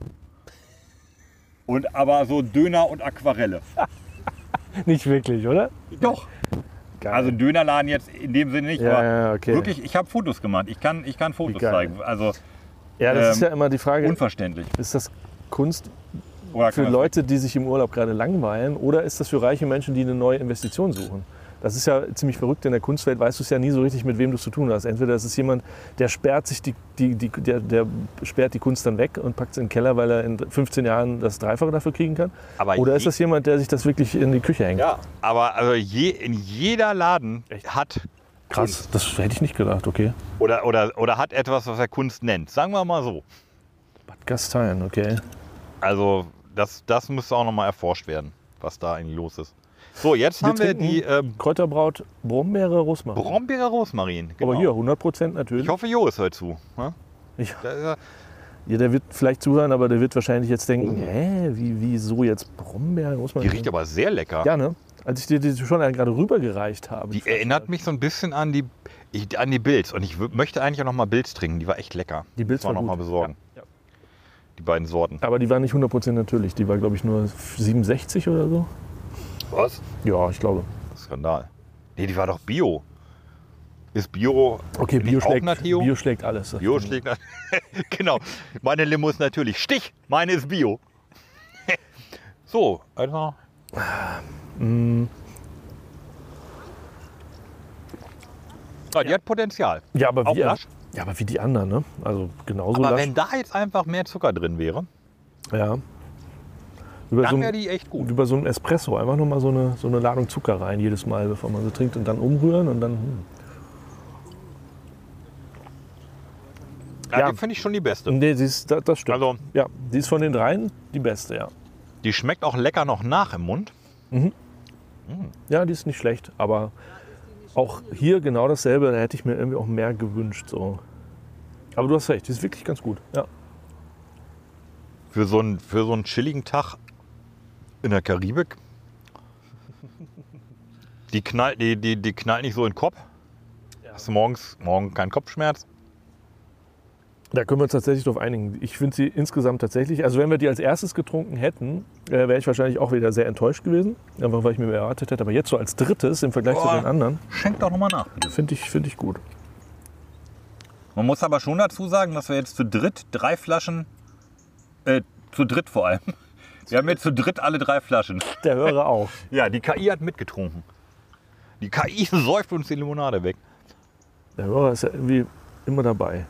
Und aber so Döner und Aquarelle. Nicht wirklich, oder? Doch. Geil. Also Dönerladen jetzt in dem Sinne nicht. Ja, aber ja, okay. wirklich, ich habe Fotos gemacht. Ich kann, ich kann Fotos geil. zeigen. Also ja, das ähm, ist ja immer die Frage, unverständlich. ist das Kunst Oder für kann das- Leute, die sich im Urlaub gerade langweilen, oder ist das für reiche Menschen, die eine neue Investition suchen? Das ist ja ziemlich verrückt. In der Kunstwelt weißt du es ja nie so richtig, mit wem du es zu tun hast. Entweder ist es jemand, der sperrt sich die, die, die, der, der sperrt die Kunst dann weg und packt es in den Keller, weil er in fünfzehn Jahren das Dreifache dafür kriegen kann. Aber Oder je- ist das jemand, der sich das wirklich in die Küche hängt? Ja, aber also je, in jeder Laden hat Krass, das hätte ich nicht gedacht, okay. oder, oder, oder hat etwas, was er Kunst nennt. Sagen wir mal so. Bad Gastein, okay. Also das, das müsste auch noch mal erforscht werden, was da eigentlich los ist. So, jetzt haben wir trinken die ähm, Kräuterbraut Brombeere Rosmarin. Brombeere Rosmarin. Genau. Aber hier, hundert Prozent natürlich. Ich hoffe, Jo ist heute zu. Ne? Ja. Da ist er- Ja, der wird vielleicht zuhören, aber der wird wahrscheinlich jetzt denken, hä, wie, wieso jetzt Brombeeren? Rosmarin? Die riecht aber sehr lecker. Ja, ne? Als ich dir die schon gerade rübergereicht habe. Die erinnert mich so ein bisschen an die, ich, an die Bilz. Und ich w- möchte eigentlich auch noch mal Bilz trinken. Die war echt lecker. Die Bilz Muss man war noch mal gut. besorgen. Ja, ja. Die beiden Sorten. Aber die war nicht hundert Prozent natürlich. Die war, glaube ich, nur siebenundsechzig oder so. Was? Ja, ich glaube. Skandal. Nee, die war doch Bio. Ist Bio. Okay, bin Bio ich auch schlägt, Natio? Bio schlägt alles. Bio schlägt. nach- Genau. Meine Limo ist natürlich Stich. Meine ist Bio. So, also. Ah, die hat Potenzial. Ja, aber Auch wie, rasch. ja, aber wie die anderen, ne? Also genauso Aber lasch. wenn da jetzt einfach mehr Zucker drin wäre, Ja. Über so, dann wäre ein, die echt gut. über so ein Espresso einfach nochmal so eine, so eine Ladung Zucker rein, jedes Mal, bevor man so trinkt und dann umrühren und dann. Hm. Ja, Ja. die finde ich schon die beste. Nee, sie ist, das, das stimmt. Also, Ja, die ist von den dreien die beste, ja. die schmeckt auch lecker noch nach im Mund. Ja, die ist nicht schlecht, aber auch hier genau dasselbe, da hätte ich mir irgendwie auch mehr gewünscht. So. Aber du hast recht, die ist wirklich ganz gut. Ja. Für so einen, für so einen chilligen Tag in der Karibik. Die knallt, die, die, die knallt nicht so in den Kopf. Hast du morgens morgen keinen Kopfschmerz. Da können wir uns tatsächlich darauf einigen. Ich finde sie insgesamt tatsächlich, also wenn wir die als erstes getrunken hätten, äh, wäre ich wahrscheinlich auch wieder sehr enttäuscht gewesen. Einfach weil ich mir mehr erwartet hätte. Aber jetzt so als drittes im Vergleich Boah. zu den anderen, Schenk doch nochmal nach. finde ich, find ich gut. Man muss aber schon dazu sagen, dass wir jetzt zu dritt drei Flaschen, äh, zu dritt vor allem. Wir haben jetzt zu dritt alle drei Flaschen. Der Hörer auch. Ja, die K I hat mitgetrunken. Die K I säuft uns die Limonade weg. Der Hörer ist ja irgendwie immer dabei.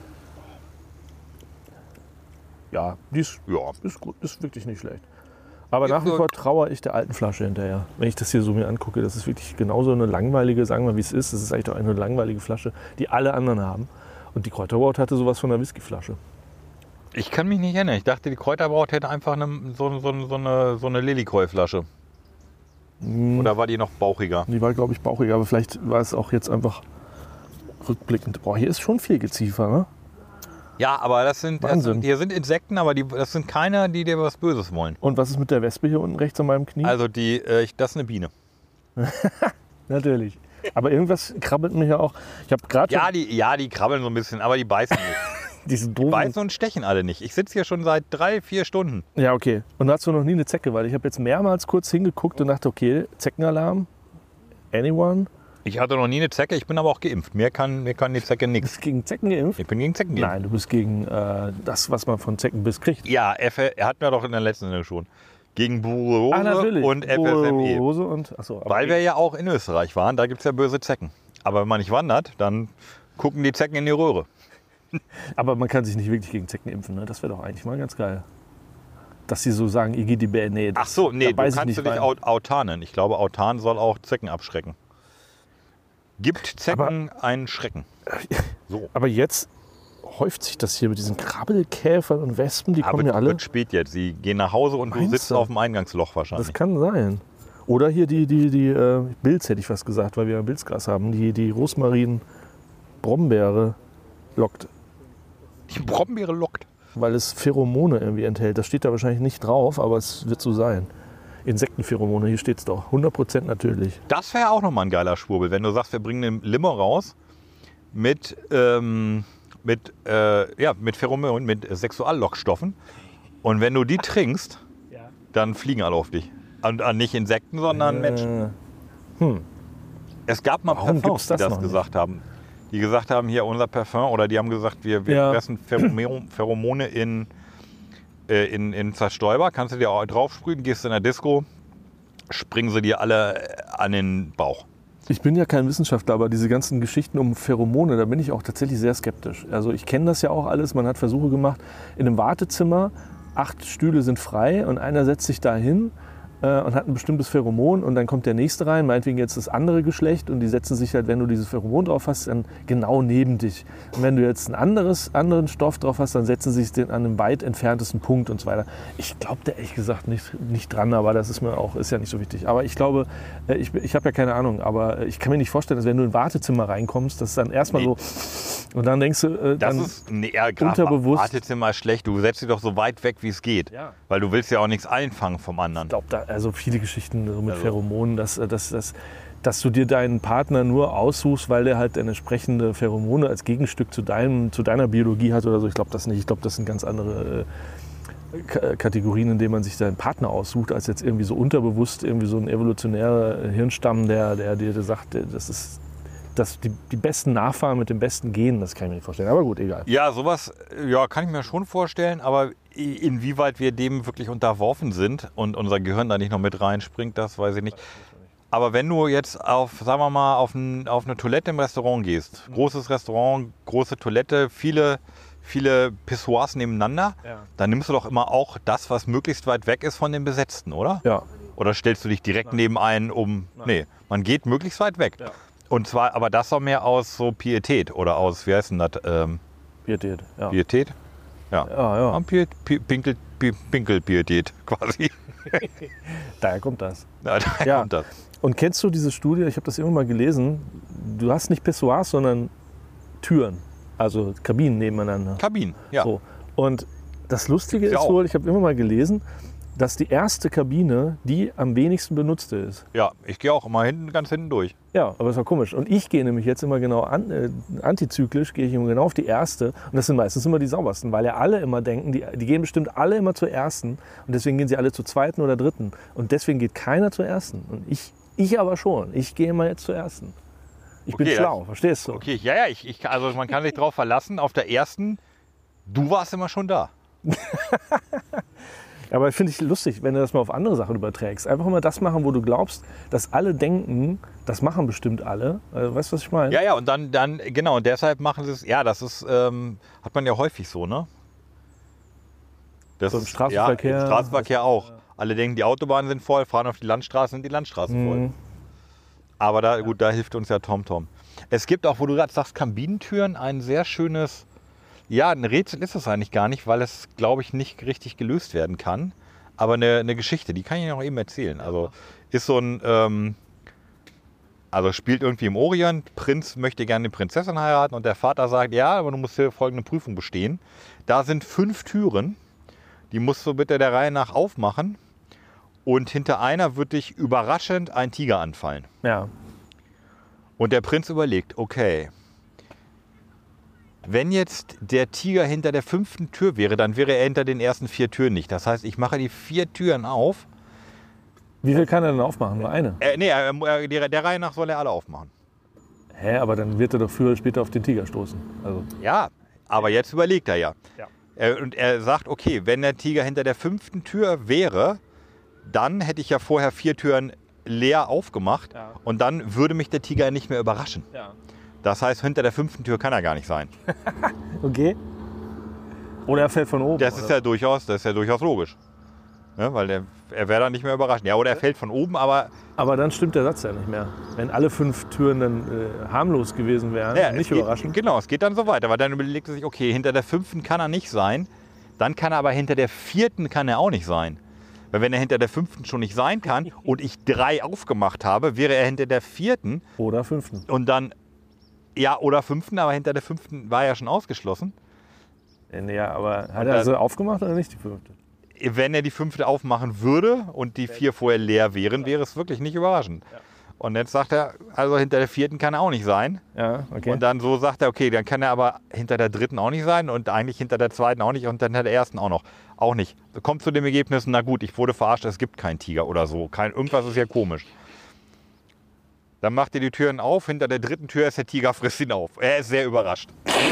Ja, die ist, Ja. ist gut, ist wirklich nicht schlecht. Aber Ist nach wie so- vor trauere ich der alten Flasche hinterher. Wenn ich das hier so mir angucke, das ist wirklich genauso eine langweilige, sagen wir wie es ist, das ist eigentlich doch eine langweilige Flasche, die alle anderen haben. Und die Kräuterbraut hatte sowas von einer Whiskyflasche. Ich kann mich nicht erinnern. Ich dachte, die Kräuterbraut hätte einfach eine, so, so, so eine, so eine Lillikräu-Flasche. Oder war die noch bauchiger? Die war, glaube ich, bauchig, aber vielleicht war es auch jetzt einfach rückblickend. Boah, hier ist schon viel Geziefer, ne? Ja, aber das sind, das Wahnsinn. sind, hier sind Insekten, aber die, das sind keine, die dir was Böses wollen. Und was ist mit der Wespe hier unten rechts an meinem Knie? Also die, äh, ich- das ist eine Biene. Natürlich. Aber irgendwas krabbelt mir ja auch. Ich habe gerade Ja die, ja, die krabbeln so ein bisschen, aber die beißen nicht. diese doofen... Beißen und stechen alle nicht. Ich sitze hier schon seit drei, vier Stunden. Ja, okay. Und da hast du noch nie eine Zecke, weil ich habe jetzt mehrmals kurz hingeguckt und dachte, okay, Zeckenalarm, anyone? Ich hatte noch nie eine Zecke, ich bin aber auch geimpft. Mir kann, mir kann die Zecke nichts. Bist du gegen Zecken geimpft? Ich bin gegen Zecken geimpft. Nein, du bist gegen äh, das, was man von Zeckenbiss kriegt. Ja, F er hat mir doch in der letzten Sendung schon. Gegen Borreliose Ah, natürlich. und F S M E. Borreliose und, achso, aber Weil wir ja auch in Österreich waren, da gibt es ja böse Zecken. Aber wenn man nicht wandert, dann gucken die Zecken in die Röhre. Aber man kann sich nicht wirklich gegen Zecken impfen, ne? Das wäre doch eigentlich mal ganz geil. Dass sie so sagen, I G D B, nee. Ach so, nee, du beiß ich kannst nicht du dich rein. aut- autarnen. Ich glaube, Autan soll auch Zecken abschrecken. Gibt Zecken einen Schrecken. So. Aber jetzt häuft sich das hier mit diesen Krabbelkäfern und Wespen, die Aber kommen ja es alle. wird spät jetzt. Sie gehen nach Hause und du Meinst sitzt du? auf dem Eingangsloch wahrscheinlich. Das kann sein. Oder hier die, die, die äh, Bilz, hätte ich fast gesagt, weil wir ja Bilzgras haben, die, die Rosmarin-Brombeere lockt, Die Brombeere lockt. weil es Pheromone irgendwie enthält. Das steht da wahrscheinlich nicht drauf, aber es wird so sein. Insektenpheromone, hier steht es doch. hundert Prozent natürlich. Das wäre auch nochmal ein geiler Schwurbel, wenn du sagst, wir bringen eine Limo raus mit, ähm, mit, äh, ja, mit Pheromonen, mit Sexuallockstoffen. Und wenn du die trinkst, dann fliegen alle auf dich. Und äh, nicht Insekten, sondern Menschen. Hm. Es gab mal Warum Parfums, gibt's das die das noch nicht? gesagt haben. Die gesagt haben, hier unser Parfum, oder die haben gesagt, wir, wir Ja. pressen Pheromone, Pheromone in, äh, in, in Zerstäuber, kannst du dir auch draufsprühen, gehst in der Disco, springen sie dir alle an den Bauch. Ich bin ja kein Wissenschaftler, aber diese ganzen Geschichten um Pheromone, da bin ich auch tatsächlich sehr skeptisch. Also ich kenne das ja auch alles, man hat Versuche gemacht in einem Wartezimmer, acht Stühle sind frei und einer setzt sich da hin äh, und hat ein bestimmtes Pheromon und dann kommt der nächste rein, meinetwegen jetzt das andere Geschlecht und die setzen sich halt, wenn du dieses Pheromon drauf hast, dann genau neben dich. Und wenn du jetzt einen anderes, anderen Stoff drauf hast, dann setzen sie sich den an einem weit entferntesten Punkt und so weiter. Ich glaube da ehrlich gesagt nicht, nicht dran, aber das ist mir auch, ist ja nicht so wichtig. Aber ich glaube, äh, ich, ich habe ja keine Ahnung, aber ich kann mir nicht vorstellen, dass wenn du in ein Wartezimmer reinkommst, dass dann erstmal Nee. so und dann denkst du, äh, Das dann, ist nee, ja, grad unterbewusst- Wartezimmer ist schlecht. Du setzt dich doch so weit weg, wie es geht. Ja. Weil du willst ja auch nichts einfangen vom anderen. Ich glaube, da also viele Geschichten so mit Also- Pheromonen, dass, dass, dass, dass du dir deinen Partner nur aussuchst, weil der halt eine entsprechende Pheromone als Gegenstück zu, deinem, zu deiner Biologie hat oder so. Ich glaube das nicht. Ich glaube, das sind ganz andere äh, K- Kategorien, in denen man sich seinen Partner aussucht, als jetzt irgendwie so unterbewusst irgendwie so ein evolutionärer Hirnstamm, der, der dir sagt, das ist das, die, die besten Nachfahren mit den besten Genen. Das kann ich mir nicht vorstellen. Aber gut, egal. Ja, sowas ja, kann ich mir schon vorstellen, aber i- inwieweit wir dem wirklich unterworfen sind und unser Gehirn da nicht noch mit reinspringt, das weiß ich nicht. Aber wenn du jetzt auf, sagen wir mal, auf, ein, auf eine Toilette im Restaurant gehst, großes Restaurant, große Toilette, viele, viele Pissoirs nebeneinander, Ja. dann nimmst du doch immer auch das, was möglichst weit weg ist von den Besetzten, oder? Ja. Oder stellst du dich direkt neben einen um? Nee, man geht möglichst weit weg. Ja. Und zwar, aber das auch mehr aus so Pietät oder aus, wie heißt denn das? Ähm, Pietät. Ja. Pietät? Ja. Ja, ja. Am Piet, Pi- Pinkel, Pi- Pinkelpietät quasi. Daher kommt das. Ja, da Ja. kommt das. Und kennst du diese Studie, ich habe das irgendwann mal gelesen, du hast nicht Pissoirs, sondern Türen, also Kabinen nebeneinander. Kabinen, ja. So. Und das Lustige Gibt's ja ist auch. wohl, ich habe immer mal gelesen, dass die erste Kabine die am wenigsten benutzte ist. Ja, ich gehe auch immer hinten, ganz hinten durch. Ja, aber das war komisch. Und ich gehe nämlich jetzt immer genau an, äh, antizyklisch, gehe ich immer genau auf die erste. Und das sind meistens immer die saubersten, weil ja alle immer denken, die, die gehen bestimmt alle immer zur ersten. Und deswegen gehen sie alle zur zweiten oder dritten. Und deswegen geht keiner zur ersten. Und ich, ich aber schon. Ich gehe immer jetzt zur ersten. Ich bin Okay, schlau, verstehst du? Okay, ja, ja, ich, ich, also man kann sich drauf verlassen. Auf der ersten, du warst immer schon da. Aber finde ich lustig, wenn du das mal auf andere Sachen überträgst. Einfach mal das machen, wo du glaubst, dass alle denken, das machen bestimmt alle. Also, weißt du, was ich meine? Ja, ja, und dann, dann genau, und deshalb machen sie es, ja, das ist, ähm, hat man ja häufig so, ne? Das So im ist- Straßenverkehr. Ja, im Straßenverkehr auch. Alle denken, die Autobahnen sind voll, fahren auf die Landstraßen, sind die Landstraßen voll. Mhm. Aber da, gut, da hilft uns ja TomTom. Es gibt auch, wo du gerade sagst, Kabinentüren, ein sehr schönes, ja, ein Rätsel ist es eigentlich gar nicht, weil es, glaube ich, nicht richtig gelöst werden kann. Aber eine, eine Geschichte, die kann ich noch eben erzählen. Also ist so ein, ähm, also spielt irgendwie im Orient, Prinz möchte gerne die Prinzessin heiraten und der Vater sagt, ja, aber du musst hier folgende Prüfung bestehen. Da sind fünf Türen, die musst du bitte der Reihe nach aufmachen und hinter einer wird dich überraschend ein Tiger anfallen. Ja. Und der Prinz überlegt, okay, wenn jetzt der Tiger hinter der fünften Tür wäre, dann wäre er hinter den ersten vier Türen nicht. Das heißt, ich mache die vier Türen auf. Wie viel kann er denn aufmachen? Nur eine? Äh, nee, er, er, der, der Reihe nach soll er alle aufmachen. Hä, aber dann wird er doch früher oder später auf den Tiger stoßen. Also, Ja, aber jetzt überlegt er ja. Ja. Er, und er sagt, okay, wenn der Tiger hinter der fünften Tür wäre, dann hätte ich ja vorher vier Türen leer aufgemacht Ja. und dann würde mich der Tiger nicht mehr überraschen. ja. Das heißt, hinter der fünften Tür kann er gar nicht sein. Okay. Oder er fällt von oben. Das ist ja durchaus, das ist ja durchaus logisch. Ne? Weil der, er wäre dann nicht mehr überrascht. Ja, oder er fällt von oben, aber... Aber dann stimmt der Satz ja nicht mehr. Wenn alle fünf Türen dann äh, harmlos gewesen wären, Ja, nicht es überraschend. Geht, genau, es geht dann so weiter. Aber dann überlegt er sich, okay, hinter der fünften kann er nicht sein. Dann kann er aber hinter der vierten kann er auch nicht sein. Weil wenn er hinter der fünften schon nicht sein kann und ich drei aufgemacht habe, wäre er hinter der vierten. Oder fünften. Und dann, ja, oder fünften, aber hinter der fünften war er ja schon ausgeschlossen. Ja, aber hat er sie aufgemacht oder nicht, die fünfte? Wenn er die fünfte aufmachen würde und die vier vorher leer wären, wäre es wirklich nicht überraschend. Ja. Und jetzt sagt er, also hinter der vierten kann er auch nicht sein. Ja, okay. Und dann so sagt er, okay, dann kann er aber hinter der dritten auch nicht sein und eigentlich hinter der zweiten auch nicht und dann hinter der ersten auch noch. Auch nicht. Kommt zu dem Ergebnis, na gut, ich wurde verarscht, es gibt keinen Tiger oder so. Kein, irgendwas ist ja komisch. Dann macht er die Türen auf, hinter der dritten Tür ist der Tiger, frisst ihn auf. Er ist sehr überrascht.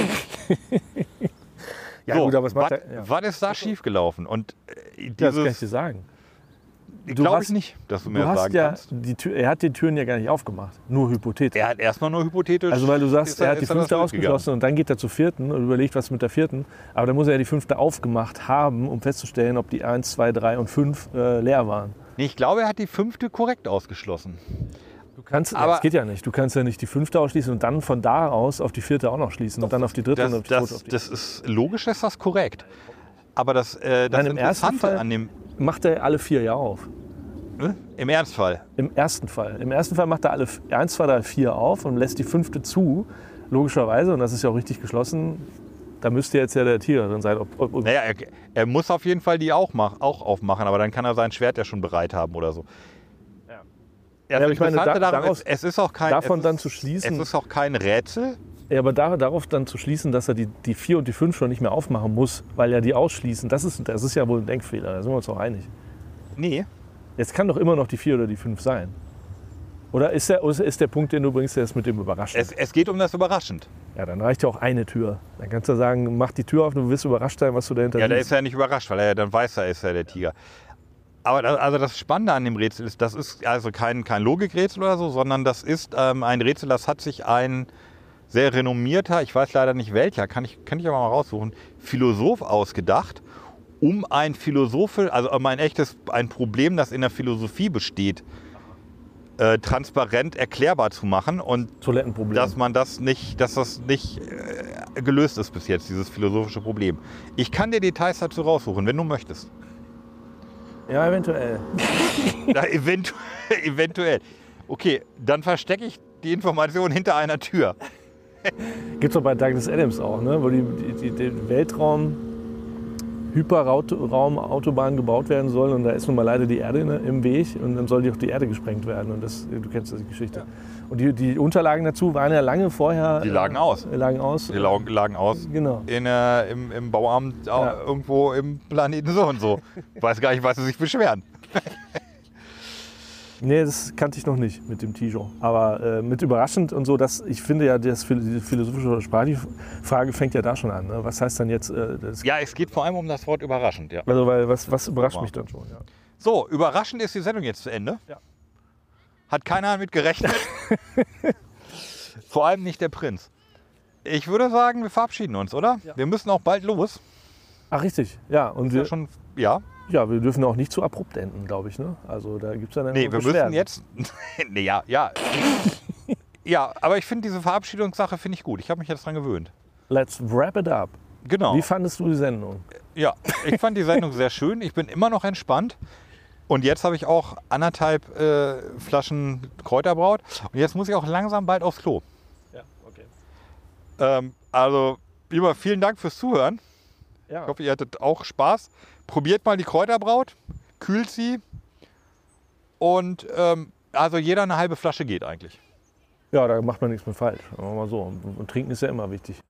Ja, so, gut, aber was macht was, er? Ja. was ist da schiefgelaufen? Und äh, Das kann ich dieses, dir sagen. glaube hast- ich nicht, dass du mir Du das hast sagen ja kannst. die Tür, er hat die Türen ja gar nicht aufgemacht. Nur hypothetisch. Er hat erstmal nur hypothetisch. Also weil du sagst, ist er hat die ist das fünfte durchgegangen. ausgeschlossen und dann geht er zur vierten und überlegt, was mit der vierten. Aber dann muss er ja die fünfte aufgemacht haben, um festzustellen, ob die eins, zwei, drei und fünf äh, leer waren. Nee, ich glaube, er hat die fünfte korrekt ausgeschlossen. Du kannst, Aber- das geht ja nicht. Du kannst ja nicht die fünfte ausschließen und dann von da aus auf die vierte auch noch schließen und dann auf die dritte Das, und auf die zweite. das, Auf die das ist logisch, ist das korrekt. Aber das, äh, das Nein, im ersten Interessante Fall- an dem, macht er alle vier ja auf. äh, im Ernstfall, Im ersten Fall. Im ersten Fall macht er alle eins, zwei, drei, vier auf und lässt die fünfte zu. Logischerweise, und das ist ja auch richtig geschlossen, da müsste jetzt ja der Tiger drin sein. Ob, ob, ob, naja, er, er muss auf jeden Fall die auch, mach, auch aufmachen, aber dann kann er sein Schwert ja schon bereit haben oder so. Ja. Ja, Ja, aber ich meine, Interessante da- daran daraus- ist, es ist auch kein, davon es dann ist, zu schließen- Es ist auch kein Rätsel. Ja, aber da, darauf dann zu schließen, dass er die, die vier und die fünf schon nicht mehr aufmachen muss, weil er die ausschließen, das ist, das ist ja wohl ein Denkfehler, da sind wir uns auch einig. Nee. Jetzt kann doch immer noch die vier oder die fünf sein. Oder ist der, ist der Punkt, den du bringst, der ist mit dem überrascht? Es, es geht um das Überraschend. Ja, dann reicht ja auch eine Tür. Dann kannst du sagen, mach die Tür auf, du wirst überrascht sein, was du dahinter Ja, der siehst. ist ja nicht überrascht, weil er ja dann weiß, er ist ja der Tiger. Aber das, also das Spannende an dem Rätsel ist, das ist also kein, kein Logikrätsel oder so, sondern das ist ähm, ein Rätsel, das hat sich ein sehr renommierter, ich weiß leider nicht welcher, kann ich, kann ich aber mal raussuchen, Philosoph ausgedacht, um ein Philosophe, also um ein echtes, ein Problem, das in der Philosophie besteht, äh, transparent erklärbar zu machen und Toilettenproblem. dass man das nicht, dass das nicht äh, gelöst ist bis jetzt, dieses philosophische Problem. Ich kann dir Details dazu raussuchen, wenn du möchtest. Ja, eventuell. Ja, eventu eventuell. Okay, dann verstecke ich die Information hinter einer Tür. Gibt es doch bei Douglas Adams auch, ne? Wo die, die, die, die Weltraum, Hyperraumautobahn gebaut werden soll und da ist nun mal leider die Erde ne, im Weg und dann soll die auch die Erde gesprengt werden und das, du kennst die Geschichte. Und die, die Unterlagen dazu waren ja lange vorher... Die lagen aus. Äh, lagen aus. Die lagen, lagen aus Genau. in, äh, im, im Bauamt äh, Ja. irgendwo im Planeten so und so. Weiß gar nicht, was sie sich beschweren. Nee, das kannte ich noch nicht mit dem T-Shirt. Aber äh, mit überraschend und so, dass ich finde ja, das, die philosophische Sprachfrage fängt ja da schon an. Ne? Was heißt dann jetzt... Äh, das, Ja, es geht vor allem um das Wort überraschend. Ja. Also, weil was, was überrascht mich dann schon? Ja. So, überraschend ist die Sendung jetzt zu Ende. Ja. Hat keiner damit gerechnet. Vor allem nicht der Prinz. Ich würde sagen, wir verabschieden uns, oder? Ja. Wir müssen auch bald los. Ach, richtig. Ja, und Ja, wir, schon, ja. ja, wir dürfen auch nicht zu abrupt enden, glaube ich. Ne? Also da gibt es dann Nee, immer wir Beschwerden. müssen jetzt. nee, ja, ja. ja, aber ich finde diese Verabschiedungssache finde ich gut. Ich habe mich jetzt dran gewöhnt. Let's wrap it up. Genau. Wie fandest du die Sendung? Ja, ich fand die Sendung sehr schön. Ich bin immer noch entspannt. Und jetzt habe ich auch anderthalb äh, Flaschen Kräuterbraut. Und jetzt muss ich auch langsam bald aufs Klo. Ja, okay. Ähm, also, lieber, vielen Dank fürs Zuhören. Ja. Ich hoffe, ihr hattet auch Spaß. Probiert mal die Kräuterbraut, kühlt sie. Und ähm, also jeder eine halbe Flasche geht eigentlich. ja, da macht man nichts mehr falsch. Sagen wir mal so. Und trinken ist ja immer wichtig.